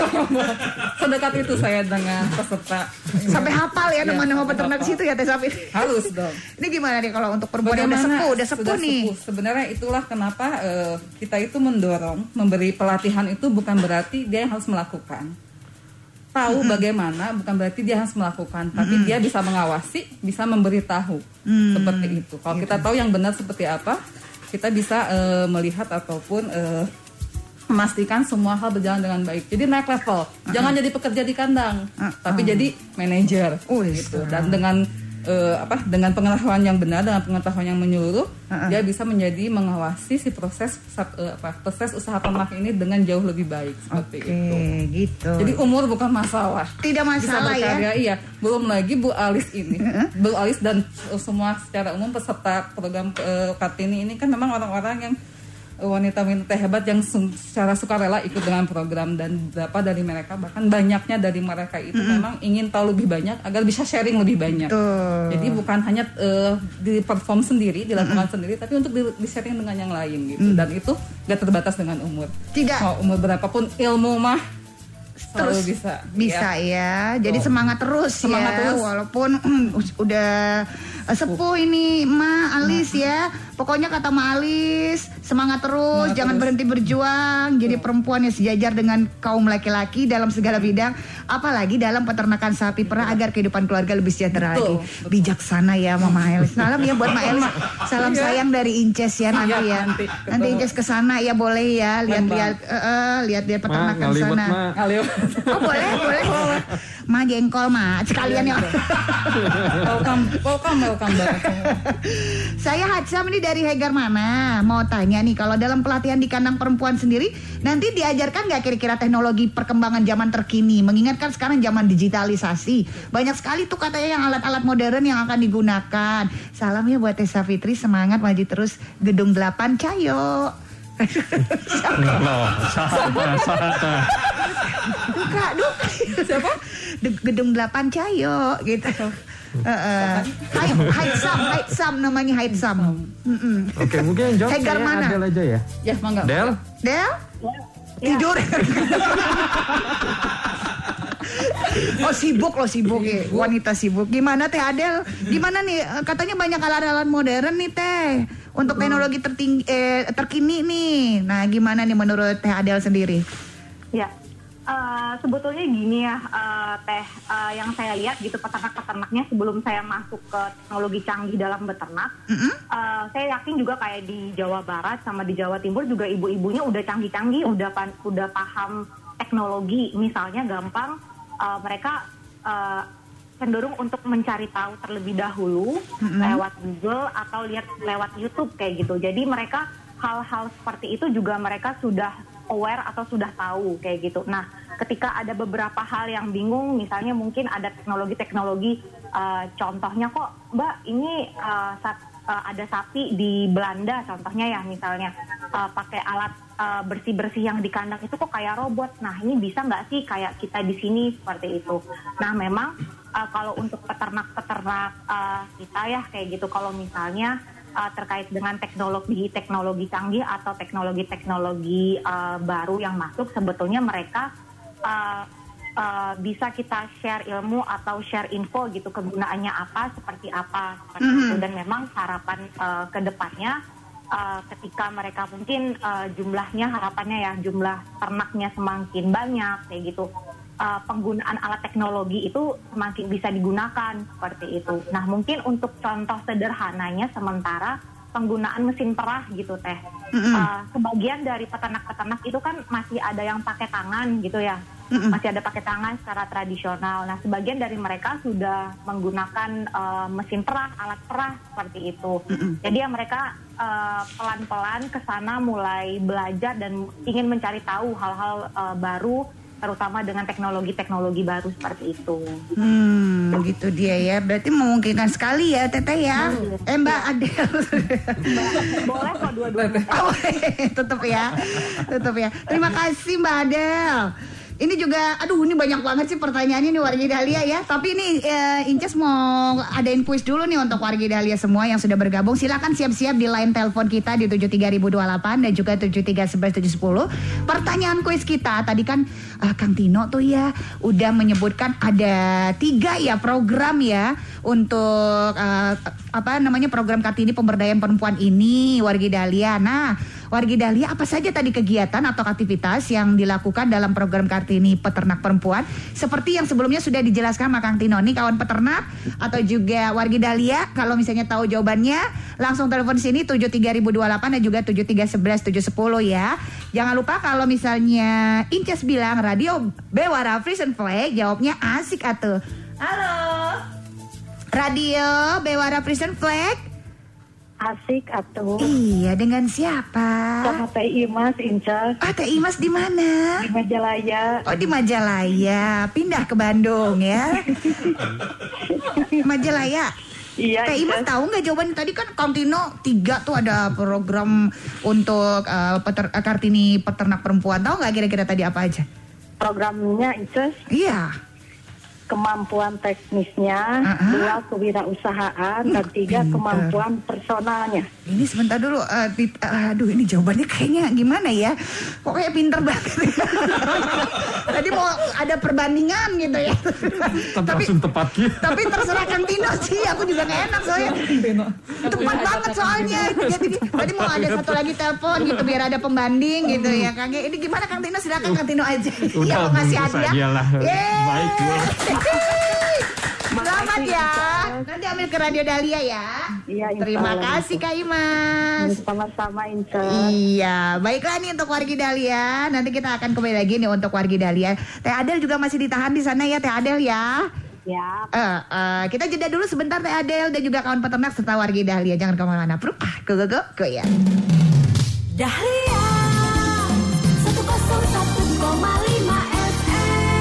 Sedekat itu saya dengan peserta. Sampai hafal ya nama-nama peternak situ ya Teh Safi. Halus dong. Ini gimana nih kalau untuk perempuan yang udah sepuh, udah sepuh sudah nih? Sepuh. Sebenarnya itulah kenapa uh, kita itu mendorong, memberi pelatihan itu bukan berarti dia yang harus melakukan. Tahu mm-hmm. bagaimana bukan berarti dia harus melakukan, tapi mm-hmm. dia bisa mengawasi, bisa memberitahu mm-hmm. seperti itu. Kalau gitu. Kita tahu yang benar seperti apa, kita bisa uh, melihat ataupun uh, memastikan semua hal berjalan dengan baik. Jadi naik level, uh-huh. jangan jadi pekerja di kandang, uh-huh. tapi jadi manajer, uh, gitu. Dan dengan uh, apa? Dengan pengetahuan yang benar, dengan pengetahuan yang menyeluruh, uh-huh. dia bisa menjadi mengawasi si proses uh, apa? Proses usaha ternak ini dengan jauh lebih baik seperti okay, itu. Gitu. Jadi umur bukan masalah. Tidak masalah bisa berkarya, ya. Iya. Belum lagi Bu Alis ini, uh-huh. Bu Alis dan uh, semua secara umum peserta program uh, Kartini ini kan memang orang-orang yang wanita-wanita hebat yang secara sukarela ikut dengan program, dan beberapa dari mereka bahkan banyaknya dari mereka itu mm-hmm. memang ingin tahu lebih banyak agar bisa sharing lebih banyak. Tuh. Jadi bukan hanya uh, di perform sendiri, dilakukan mm-hmm. sendiri, tapi untuk di, di sharing dengan yang lain gitu. Mm. Dan itu gak terbatas dengan umur. Tidak. Mau umur berapapun ilmu mah terus bisa. Bisa ya. ya. Jadi oh. semangat terus semangat ya. Terus. Walaupun udah sepuh ini Ma Alis ya. Pokoknya kata Ma Alis, semangat terus, semangat jangan terus. Berhenti berjuang. Jadi oh. perempuan yang sejajar dengan kaum laki-laki dalam segala bidang, apalagi dalam peternakan sapi perah agar kehidupan keluarga lebih sejahtera lagi. Bijaksana ya Mama Alis. Salam ya buat Ma Alis. Salam sayang dari Inces ya nanti ya. Nanti, nanti Inces ke sana ya boleh ya, lihat-lihat uh, uh, lihat-lihat peternakan Ma, sana. Ma. Oh boleh, boleh. Ma jengkol Ma, sekalian ya. Welcome, welcome, welcome banget. Saya Hadsam ini dari Hegar Mana. Mau tanya nih, kalau dalam pelatihan di kandang perempuan sendiri, nanti diajarkan nggak kira-kira teknologi perkembangan zaman terkini? Mengingatkan sekarang zaman digitalisasi, banyak sekali tuh katanya yang alat-alat modern yang akan digunakan. Salam ya buat Tessa Fitri, semangat maju terus. Gedung delapan Cayo. Loh, salah, salah. Duka, duka. Siapa? Gedung delapan Cayo gitu. Uh, uh. Haitsam, Haitsam namanya Haitsam. Oke, mungkin yang jawab Hegar saya mana? Adel aja ya. Ya, mangga. Del? Del? Ya. Tidur. Oh sibuk loh, sibuk ya. Wanita sibuk. Gimana Teh Adel? Gimana nih? Katanya banyak alat-alat modern nih Teh untuk teknologi tertinggi, eh, terkini nih. Nah gimana nih menurut Teh Adel sendiri? Ya, uh, sebetulnya gini ya uh, Teh, uh, yang saya lihat gitu peternak-peternaknya sebelum saya masuk ke teknologi canggih dalam beternak, mm-hmm. uh, saya yakin juga kayak di Jawa Barat sama di Jawa Timur juga ibu-ibunya udah canggih-canggih, udah pan- udah paham teknologi. Misalnya gampang uh, mereka uh, cenderung untuk mencari tahu terlebih dahulu mm-hmm. lewat Google atau lihat lewat YouTube kayak gitu. Jadi mereka hal-hal seperti itu juga mereka sudah aware atau sudah tahu kayak gitu. Nah, ketika ada beberapa hal yang bingung, misalnya mungkin ada teknologi-teknologi, uh, contohnya kok, Mbak, ini uh, sat, uh, ada sapi di Belanda, contohnya ya, misalnya uh, pakai alat uh, bersih-bersih yang di kandang itu kok kayak robot. Nah, ini bisa nggak sih kayak kita di sini seperti itu? Nah, memang uh, kalau untuk peternak-peternak uh, kita ya kayak gitu, kalau misalnya Uh, terkait dengan teknologi-teknologi canggih atau teknologi-teknologi uh, baru yang masuk, sebetulnya mereka uh, uh, bisa kita share ilmu atau share info gitu, kegunaannya apa, seperti apa, seperti mm-hmm. itu. Dan memang harapan uh, ke depannya uh, ketika mereka mungkin uh, jumlahnya, harapannya ya jumlah ternaknya semakin banyak kayak gitu, Uh, penggunaan alat teknologi itu semakin bisa digunakan seperti itu. Nah, mungkin untuk contoh sederhananya sementara penggunaan mesin perah gitu Teh. Mm-hmm. Uh, sebagian dari peternak-peternak itu kan masih ada yang pakai tangan gitu ya. Mm-hmm. Masih ada pakai tangan secara tradisional. Nah, sebagian dari mereka sudah menggunakan uh, mesin perah, alat perah seperti itu. Mm-hmm. Jadi ya mereka uh, pelan-pelan ke sana mulai belajar dan ingin mencari tahu hal-hal uh, baru, terutama dengan teknologi-teknologi baru seperti itu. Hmm, begitu dia ya. Berarti memungkinkan sekali ya, Teteh ya. Hmm. Eh, Mbak Adel. Boleh kok dua-duanya. Oh, tetap ya, tetap ya. Terima kasih Mbak Adel. Ini juga, aduh ini banyak banget sih pertanyaannya nih wargi Dahlia ya. Tapi ini uh, Inces mau adain kuis dulu nih untuk wargi Dahlia semua yang sudah bergabung. Silakan siap-siap di line telepon kita di tujuh tiga nol nol dua delapan dan juga tujuh tiga satu satu tujuh nol. Pertanyaan kuis kita tadi kan uh, Kang Tino tuh ya udah menyebutkan ada tiga ya program ya untuk uh, apa namanya program Kartini pemberdayaan perempuan ini wargi Dahlia. Nah, wargi Dahlia apa saja tadi kegiatan atau aktivitas yang dilakukan dalam program Kartini peternak perempuan seperti yang sebelumnya sudah dijelaskan sama Kang Tino nih kawan peternak atau juga wargi Dahlia. Kalau misalnya tahu jawabannya langsung telepon sini tujuh tiga nol nol dua delapan dan juga tujuh tiga satu satu tujuh nol ya. Jangan lupa kalau misalnya Inces bilang radio Bewara Frisian Flag jawabnya asik atuh. Halo radio Bewara Frisian Flag. Asik atuh. Iya, dengan siapa? Sama Teh Imas, Inces. Ah, Teh Imas di mana? Di Majalaya. Oh, di Majalaya. Pindah ke Bandung ya. Majalaya. Iya. Teh Imas tahu nggak jawabannya tadi kan Kang Tino tiga tuh ada program untuk uh, peter, uh, Kartini peternak perempuan. Tahu nggak kira-kira tadi apa aja? Programnya Inces. Iya. Kemampuan teknisnya, Uh-huh. dua kewirausahaan, dan Uh, tiga pinter. kemampuan personalnya. Ini sebentar dulu, uh, tit- uh, aduh ini jawabannya kayaknya gimana ya? Pokoknya pinter banget. Tadi mau ada perbandingan gitu ya. Tapi langsung tepat gitu. Tapi terserah Kang Tino sih, aku juga gak enak soalnya. Tepat banget soalnya. Jadi tadi mau ada satu lagi telepon gitu biar ada pembanding gitu ya Kang. Ini gimana Kang Tino? Silakan Kang Tino aja. Udah, Yang mau ngasih bungkus hadiah. aja lah. Yeay. Baik, Bu. Selamat ya. Nanti ambil ke Radio Dahlia ya. Iya, insya Terima Allah. kasih Kak Imas. Sama-sama Inces. Iya, baiklah nih untuk wargi Dahlia. Nanti kita akan kembali lagi nih untuk wargi Dahlia. Teh Adel juga masih ditahan di sana ya Teh Adel ya. Ya. Eh, eh, kita jeda dulu sebentar Teh Adel dan juga kawan peternak serta wargi Dahlia. Jangan kemana-mana. Bro. Ah, go go go go ya. Dahlia seratus satu koma lima F M.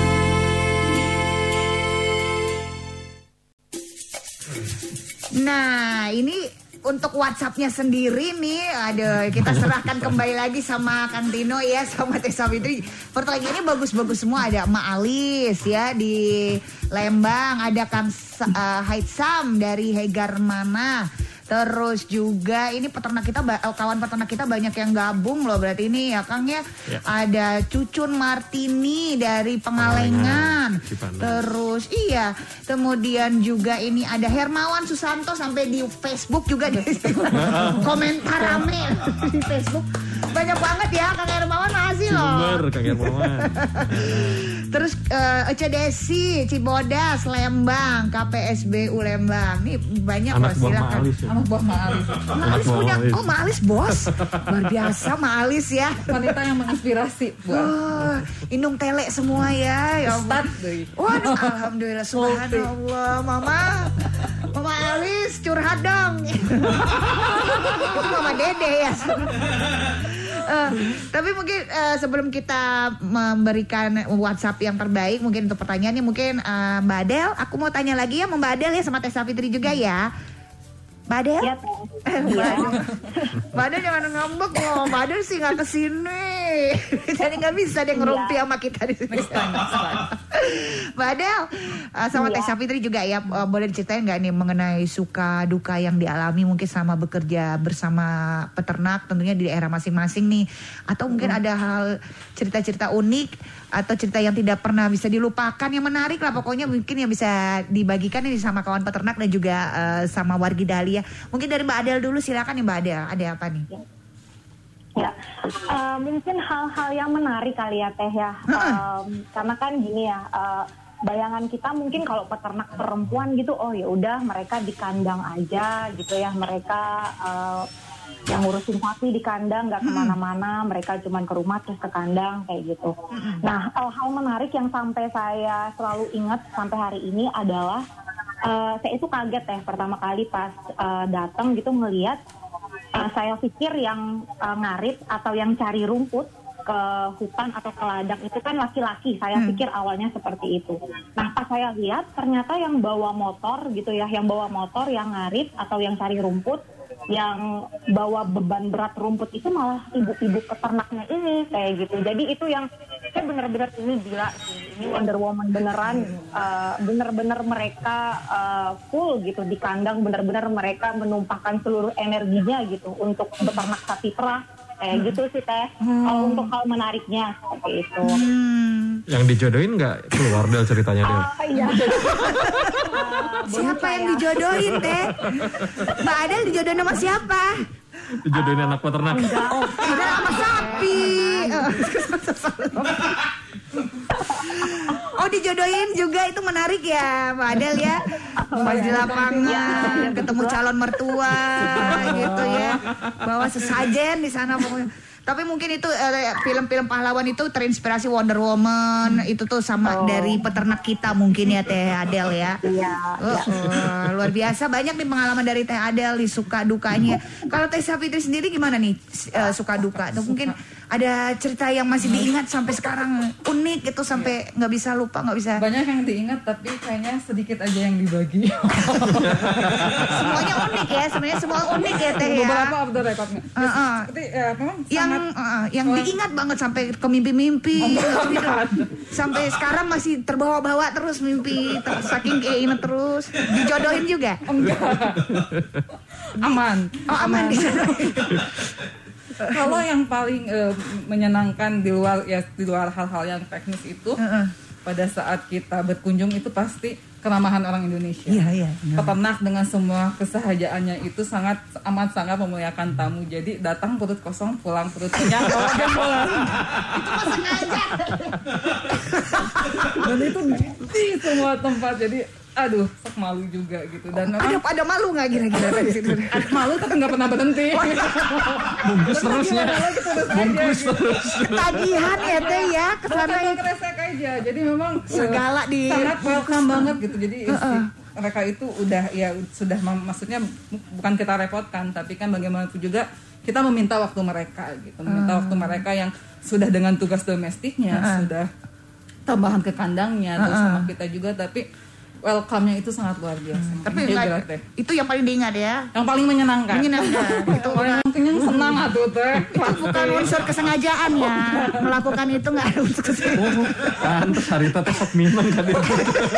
Nah, ini untuk WhatsApp-nya sendiri nih, aduh, kita serahkan kembali lagi sama Kang Tino ya, sama Teh Savitri. Pertanyaannya bagus-bagus semua, ada Emak Alis ya di Lembang, ada Kang Sa- uh, Haitsam dari Hegarmana. Terus juga ini peternak kita, ba- kawan peternak kita banyak yang gabung loh berarti ini ya Kang ya. Ya. Ada Cucun Martini dari Pengalengan. Cipanas. Terus iya, kemudian juga ini ada Hermawan Susanto sampai di Facebook juga di komentar rame di Facebook. Banyak banget ya Kang Hermawan, makasih loh. Sumber Kang Hermawan. Terus uh, Ece Desi, Cibodas, Lembang, K P S B U Lembang. Nih banyak loh, Anak buah silakan. Maalis ya. Anak buah Maalis. Ma Alis Buah punya, Maalis. oh Ma Alis bos, luar biasa Ma Alis ya. Wanita yang menginspirasi buat Oh, indung tele semua ya. Ya ampun. Ustad deh. Waduh, alhamdulillah, subhanallah, Mama, Mama Alis curhat dong. Itu Mama Dede ya. Eh, tapi mungkin eh, sebelum kita memberikan WhatsApp yang terbaik, mungkin untuk pertanyaannya mungkin eh, Mbak Adel, aku mau tanya lagi ya Mbak Adel ya sama Teh Savitri juga ya. Mbak Adel? Ya, Teh. Mbak Adel. Mbak Adel jangan ngambek loh, Mbak Adel sih gak kesini. Jadi gak bisa dia ngerumpi sama kita di sini. Mbak Adel, uh, sama Teh Savitri juga ya, uh, boleh diceritain gak nih mengenai suka duka yang dialami mungkin sama bekerja bersama peternak tentunya di daerah masing-masing nih. Atau mungkin ada hal cerita-cerita unik atau cerita yang tidak pernah bisa dilupakan yang menarik lah pokoknya mungkin yang bisa dibagikan ini sama kawan peternak dan juga uh, sama wargi Dahlia. Mungkin dari Mbak Adel dulu, silakan nih Mbak Adel, ada apa nih? Ya, uh, mungkin hal-hal yang menarik kali ya Teh ya, um, karena kan gini ya, uh, bayangan kita mungkin kalau peternak perempuan gitu, oh ya udah mereka di kandang aja gitu ya, mereka uh, yang ngurusin sapi di kandang nggak kemana-mana, mereka cuman ke rumah terus ke kandang kayak gitu. Nah, uh, hal menarik yang sampai saya selalu ingat sampai hari ini adalah uh, saya itu kaget ya pertama kali pas uh, datang gitu ngelihat. Uh, saya pikir yang uh, ngarit atau yang cari rumput ke hutan atau ke ladang itu kan laki-laki. Saya hmm. pikir awalnya seperti itu. Nah, pas saya lihat ternyata yang bawa motor gitu ya, yang bawa motor, yang ngarit atau yang cari rumput, yang bawa beban berat rumput itu malah ibu-ibu peternaknya ini kayak gitu. Jadi itu yang Grafiknya bener-bener ini gila sih. Ini Wonder Woman beneran, uh, bener-bener mereka uh, full gitu di kandang, bener-bener mereka menumpahkan seluruh energinya gitu untuk beternak sapi perah. Kayak gitu sih Teh. Hmm. Kalau untuk hal menariknya seperti itu. Hmm. Yang dijodohin nggak keluar Del ceritanya Del? Ah, iya. Siapa yang dijodohin Teh? Mbak Adel dijodohin sama siapa? Dijodohin anak peternak. Oh, tidak sama sapi. Oh dijodohin juga, itu menarik ya Mbak Adel ya. Pas di lapangan ketemu calon mertua gitu ya, bawa sesajen di sana pokoknya. Tapi mungkin itu eh, film-film pahlawan itu terinspirasi Wonder Woman itu tuh sama Oh. dari peternak kita mungkin ya Teh Adel ya. Iya. Oh, oh, luar biasa, banyak nih pengalaman dari Teh Adel di suka dukanya. Kalau Teh Safitri sendiri gimana nih eh, suka duka? Atau mungkin ada cerita yang masih diingat sampai sekarang unik gitu sampai nggak bisa lupa, nggak bisa. Banyak yang diingat tapi kayaknya sedikit aja yang dibagi. Semuanya unik ya, sebenarnya semua unik ya Teh ya. Beberapa off the record-nya. Uh, uh. Seperti ya, memang Yang sangat uh, yang Oh. diingat banget sampai ke mimpi-mimpi Oh, gitu. Sampai sekarang masih terbawa-bawa terus mimpi, ter- saking keinget terus. Dijodohin juga. enggak. Aman. Oh aman dijodohin. Kalau yang paling eh, menyenangkan di luar ya di luar hal-hal yang teknis itu, Heeh. pada saat kita berkunjung itu pasti keramahan orang Indonesia. Iya, iya. Peternak dengan semua kesahajaannya itu sangat amat sangat memuliakan tamu. Jadi datang perut kosong, pulang perut kenyang. Kalau dia pulang. Itu mah sengaja. Dan itu di semua tempat. Jadi aduh, sok malu juga gitu. Dan Ada memang pada malu nggak kira-kira dari situ? malu tapi nggak pernah berhenti. Bungkus terus ya. Bungkus terus. Tagihan ya Teh ya kesana Bukan ya. kresek aja. Jadi memang Segala eh, di- sangat welcome banget gitu. Jadi si- mereka itu udah ya sudah mem- maksudnya bukan kita repotkan, tapi kan bagaimanapun juga kita meminta waktu mereka gitu. Meminta waktu mereka yang sudah dengan tugas domestiknya, sudah tambahan ke kandangnya, terus sama kita juga, tapi welcome-nya itu sangat luar biasa. Tapi Makanya nggak- gila, Teh. itu yang paling diingat ya. Yang paling menyenangkan. Menyenangkan. Itu orang yang senang atuh teh. Itu bukan unsur kesengajaan ya. Melakukan itu nggak ada unsur kesengajaan. Pantes hari itu sok minum kan itu.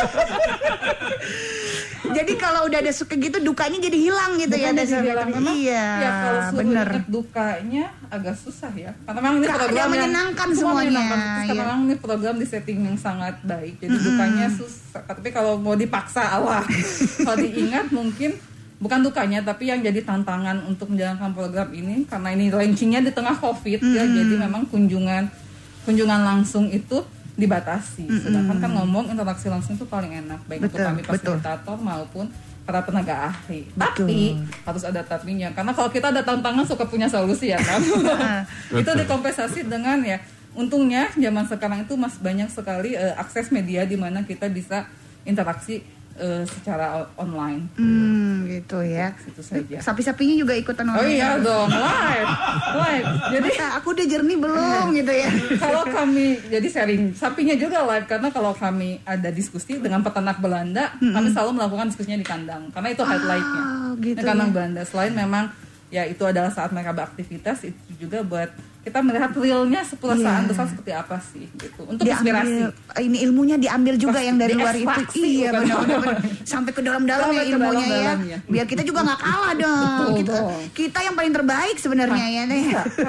Jadi kalau udah ada suka gitu dukanya jadi hilang gitu ya. Bukan Teh jadi hilang. Safitri. Memang Iya. ya kalau suruh bener. ingat dukanya agak susah ya. Karena memang ini Nggak ada program yang yang menyenangkan semua semuanya, menyenangkan. Terus karena iya. memang ini program di setting yang sangat baik. Jadi dukanya susah. Tapi kalau mau dipaksa Allah, kalau diingat mungkin bukan dukanya tapi yang jadi tantangan untuk menjalankan program ini karena ini launchingnya di tengah Covid ya. Jadi memang kunjungan kunjungan langsung itu dibatasi. Sedangkan kan ngomong interaksi langsung itu paling enak baik untuk Betul, kami betul. fasilitator maupun para tenaga ahli. Tapi harus ada tapinya karena kalau kita ada tantangan suka punya solusi ya kan. Itu dikompensasi dengan ya untungnya zaman sekarang itu mas banyak sekali eh, akses media di mana kita bisa interaksi eh, secara o- online. Hmm, gitu ya. Itu saja. Sapi-sapinya juga ikutan Oh online. iya dong, live. Live. Jadi Masa aku udah jernih belum gitu ya. kalau kami jadi sharing sapinya juga live karena kalau kami ada diskusi dengan peternak Belanda, kami selalu melakukan diskusinya di kandang karena itu highlightnya. Oh, gitu di kandang ya. Belanda selain memang ya itu adalah saat mereka beraktivitas, itu juga buat kita melihat realnya Iya. seperusahaan besar seperti apa sih gitu untuk Diambil, inspirasi. ini ilmunya diambil juga Pasti yang dari luar itu. diekstraksi, Iya bukan benar-benar orang. sampai ke dalam-dalam ya Sampai ke ilmunya ya. dalam-dalamnya. Biar kita juga nggak kalah dong. Betul Kita, dong. kita yang paling terbaik sebenarnya ya. Nih.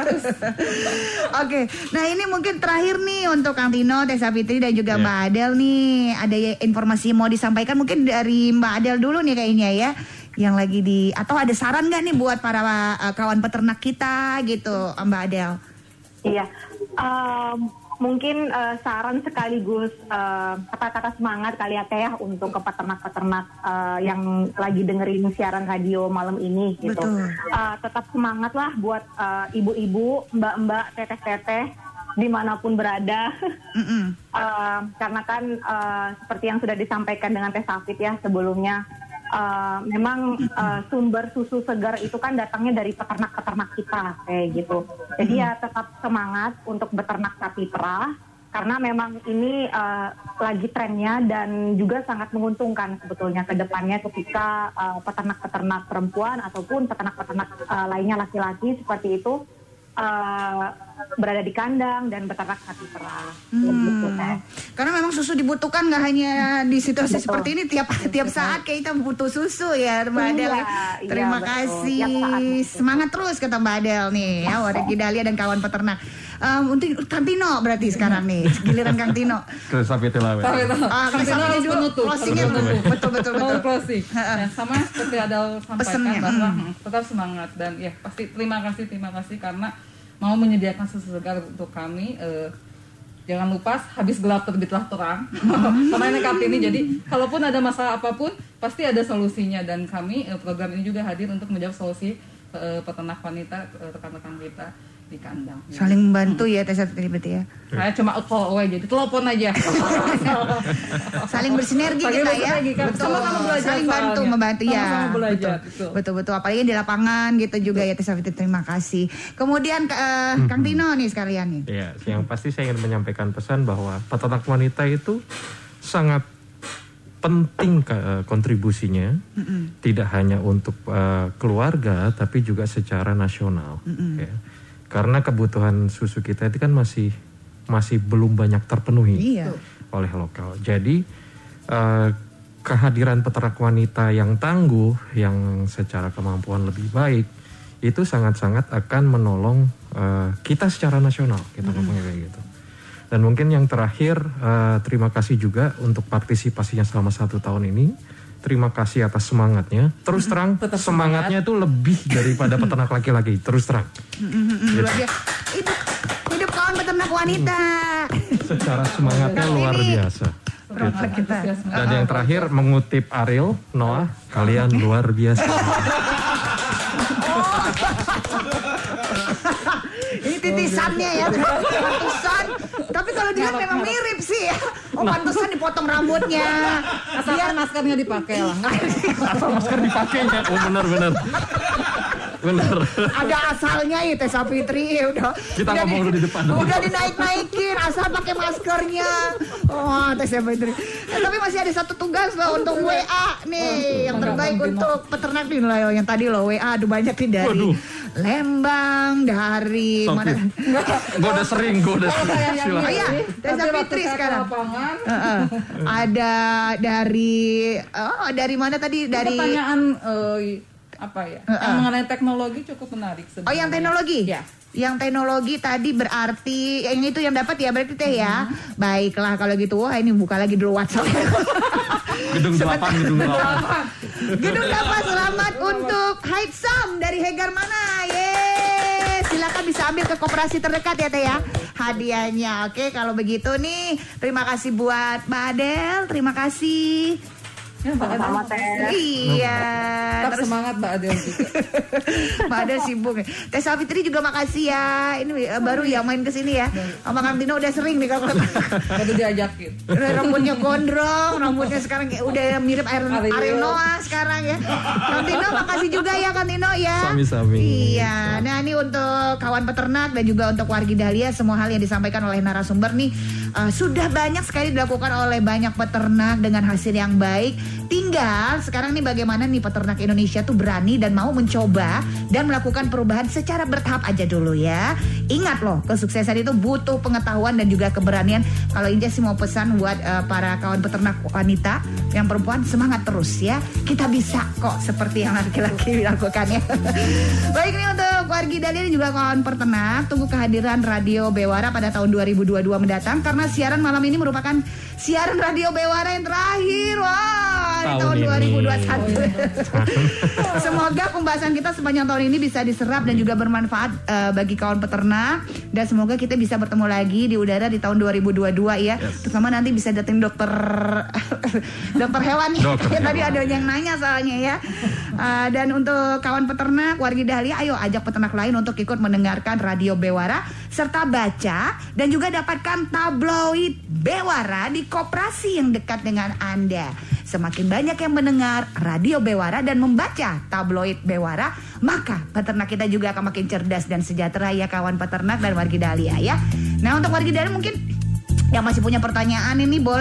Oke, nah ini mungkin terakhir nih untuk Kang Tino, Teh Safitri dan juga Iya. Mbak Adel nih. Ada informasi mau disampaikan mungkin dari Mbak Adel dulu nih kayaknya ya. Yang lagi di atau ada saran nggak nih buat para uh, kawan peternak kita gitu, Mbak Adel? Iya, Em, mungkin eh, saran sekaligus eh, kata-kata semangat kali ya Teh ya untuk ke peternak-peternak eh, yang lagi dengerin siaran radio malam ini gitu. Betul. Eh, tetap semangat lah buat eh, ibu-ibu, mbak-mbak, teteh-teteh dimanapun berada. Mm-mm. Eh, karena kan eh, seperti yang sudah disampaikan dengan Teh Safit ya sebelumnya. Uh, memang uh, sumber susu segar itu kan datangnya dari peternak-peternak kita kayak gitu. Jadi ya tetap semangat untuk beternak sapi perah karena memang ini uh, lagi trennya dan juga sangat menguntungkan sebetulnya ke depannya ketika uh, peternak-peternak perempuan ataupun peternak-peternak uh, lainnya laki-laki seperti itu uh, berada di kandang dan beternak sapi perah. Hmm. Gitu, Teh. Karena memang susu dibutuhkan nggak hanya di situasi Betul. seperti ini, tiap tiap saat kita butuh susu ya Mbak Iya, Adel. iya, Terima betul. kasih. Tiap saat betul. Semangat terus kata Mbak Adel nih ya, Wargi Dahlia dan kawan peternak. Um, untuk Kang Tino berarti sekarang nih, giliran Kang Tino. Ke sapi tilawe. Tapi itu, Ah, sampai sampai harus dulu penutup. closingnya Harus dulu. penutup. Betul betul Mau betul. closing. Ya, sama seperti Adel sampaikan Pesennya, bahwa hmm. hmm, tetap semangat dan ya pasti terima kasih terima kasih karena mau menyediakan susu segar untuk kami. Eh, jangan lupa habis gelap terbitlah terang. Sama ini Kartini. Jadi kalaupun ada masalah apapun pasti ada solusinya dan kami eh, program ini juga hadir untuk menjawab solusi eh, peternak wanita eh, rekan-rekan kita di kandang. Saling membantu ya Teh Sapitri berarti ya. Saya cuma call away jadi telepon aja. Saling bersinergi Saling kita ya. bersinergi, kan. Betul. Sama-sama belajar Saling bantu soalnya. membantu ya. Sama-sama belajar, Betul. betul. Betul betul. Apalagi di lapangan gitu juga ya Teh Sapitri. Terima kasih. Kemudian eh, Kang Tino nih sekalian nih. Ya, yang pasti saya ingin menyampaikan pesan bahwa peternak wanita itu sangat penting ke- kontribusinya, Mm-mm. tidak hanya untuk uh, keluarga, tapi juga secara nasional. Ya. Karena kebutuhan susu kita itu kan masih masih belum banyak terpenuhi Iya. oleh lokal. Jadi uh, kehadiran peternak wanita yang tangguh, yang secara kemampuan lebih baik, itu sangat-sangat akan menolong uh, kita secara nasional. Kita ngomongnya kayak gitu. Dan mungkin yang terakhir, uh, terima kasih juga untuk partisipasinya selama satu tahun ini. Terima kasih atas semangatnya. Terus terang, Tetap semangatnya itu lebih daripada peternak laki-laki. Terus terang. Gitu. Luar biasa. Hidup, hidup kawan peternak wanita. Secara semangatnya luar biasa. Peternak kita. Dan yang terakhir, mengutip Ariel, Noah, kalian luar biasa. Ini titisannya ya, pantesan. Tapi kalau dilihat memang mirip sih ya. Oh pantesan dipotong rambutnya. Asalkan maskernya dipakai lah. Asal masker dipakainya. Oh benar-benar. Benar. Ada asalnya ya Teh Sapitri ya udah. Kita udah ngomong dulu di depan. Udah dinaik-naikin asal pakai maskernya. Oh Teh Sapitri. Eh, tapi masih ada satu tugas loh untuk W A nih yang terbaik untuk peternak nih loh yang tadi loh W A aduh banyak nih dari Waduh. Lembang, dari Sakit. mana? Gue udah sering, gue udah sering. Yang Oh Silakan. iya, Teh Tapi waktu Sapitri saya ke sekarang. lapangan, Heeh. Ada dari oh dari mana tadi dari pertanyaan eh, apa ya? Heeh. Yang mengenai teknologi cukup menarik. Oh yang sebenarnya. teknologi? Ya. Yang teknologi tadi berarti yang itu yang dapat ya berarti Teh ya. Baiklah kalau gitu. Wah ini buka lagi dulu WhatsApp. Gedung delapan, gedung delapan. Gedung dapat selamat untuk Haitsam dari Hegar mana? Yeay. Silakan bisa ambil ke koperasi terdekat ya Teh ya. Hadiahnya. Oke, kalau begitu nih terima kasih buat Mbak Adel, terima kasih. Ya, Mbak Adel. Sama Teh. Iya. Tetap Terus semangat Mbak Adel juga. Mbak Adel sibuk. Teh Sapitri juga makasih ya. Ini eh, baru ya main ke sini ya. Sama Kang Tino udah sering nih kalau Baru diajakin. udah rambutnya gondrong, rambutnya sekarang kayak udah mirip Ariel, Ariel. Ariel Noah sekarang ya. Kang Tino makasih juga ya Kang Tino ya. Sami-sami. Iya. Nah ini untuk kawan peternak dan juga untuk Wargi Dahlia semua hal yang disampaikan oleh narasumber nih uh, sudah banyak sekali dilakukan oleh banyak peternak dengan hasil yang baik. Tinggal sekarang nih bagaimana nih peternak Indonesia tuh berani dan mau mencoba dan melakukan perubahan secara bertahap aja dulu ya. Ingat loh, kesuksesan itu butuh pengetahuan dan juga keberanian. Kalau Inja sih mau pesan buat uh, para kawan peternak wanita yang perempuan semangat terus ya. Kita bisa kok seperti yang laki-laki lakukan ya. Baik nih untuk Wargi Dahlia dan juga kawan peternak, tunggu kehadiran Radio Bewara pada tahun dua ribu dua puluh dua mendatang karena siaran malam ini merupakan siaran Radio Bewara yang terakhir. Wah, di Tahun tahun ini. dua ribu dua puluh satu. Semoga pembahasan kita sepanjang tahun ini bisa diserap dan juga bermanfaat uh, bagi kawan peternak dan semoga kita bisa bertemu lagi di udara di tahun dua ribu dua puluh dua ya. Yes. Terutama nanti bisa datang dokter dokter hewan nih. Dokter Ya, tadi hewan. ada yang nanya soalnya ya. Uh, dan untuk kawan peternak Wargi Dahlia, ayo ajak peternak lain untuk ikut mendengarkan Radio Bewara serta baca dan juga dapatkan tabloid Bewara di koperasi yang dekat dengan Anda. Semakin banyak yang mendengar Radio Bewara dan membaca tabloid Bewara, maka peternak kita juga akan makin cerdas dan sejahtera ya kawan peternak dan Wargi Dahlia ya. Nah untuk Wargi Dahlia mungkin yang masih punya pertanyaan ini boleh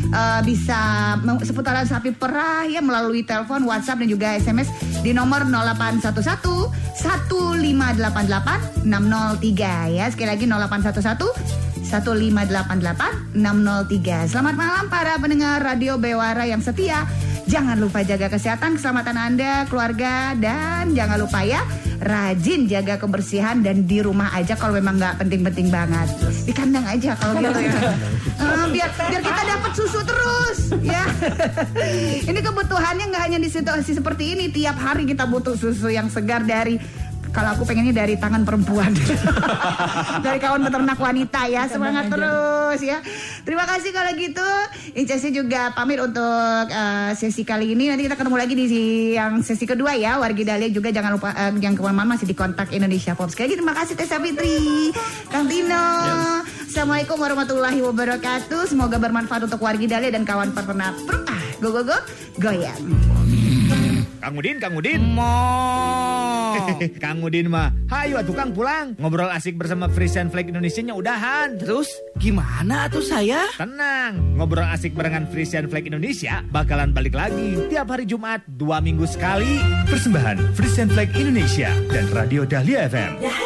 uh, bisa meng- seputaran sapi perah ya melalui telepon, WhatsApp dan juga S M S di nomor nol delapan satu satu satu lima delapan delapan enam nol tiga ya. Sekali lagi nol delapan satu satu satu lima delapan delapan enam nol tiga. Selamat malam para pendengar Radio Bewara yang setia. Jangan lupa jaga kesehatan, keselamatan Anda, keluarga, dan jangan lupa ya rajin jaga kebersihan dan di rumah aja kalau memang nggak penting-penting banget. Di kandang aja kalau gitu ya. Uh, biar biar kita dapat susu terus ya. Ini kebutuhannya nggak hanya di situasi seperti ini, tiap hari kita butuh susu yang segar dari, kalau aku pengennya dari tangan perempuan. Dari kawan peternak wanita ya. Semangat terus ya. Terima kasih kalau gitu. Incesnya juga pamit untuk uh, sesi kali ini. Nanti kita ketemu lagi di yang sesi kedua ya. Wargi Dahlia juga jangan lupa uh, yang kemana-mana masih di kontak Indonesia Pop. Sekali lagi terima kasih Tessa Fitri, Kang Tino. Yes. Assalamualaikum warahmatullahi wabarakatuh. Semoga bermanfaat untuk Wargi Dahlia dan kawan peternak. Ah, go go go goyang. Kang Udin, Kang Udin. Mo. Kang Udin mah, hayu atuh Kang pulang. Ngobrol asik bersama Frisian Flag Indonesia-nya udahan. Terus gimana tuh saya? Tenang, ngobrol asik barengan Frisian Flag Indonesia bakalan balik lagi tiap hari Jumat, dua minggu sekali. Persembahan Frisian Flag Indonesia dan Radio Dahlia F M.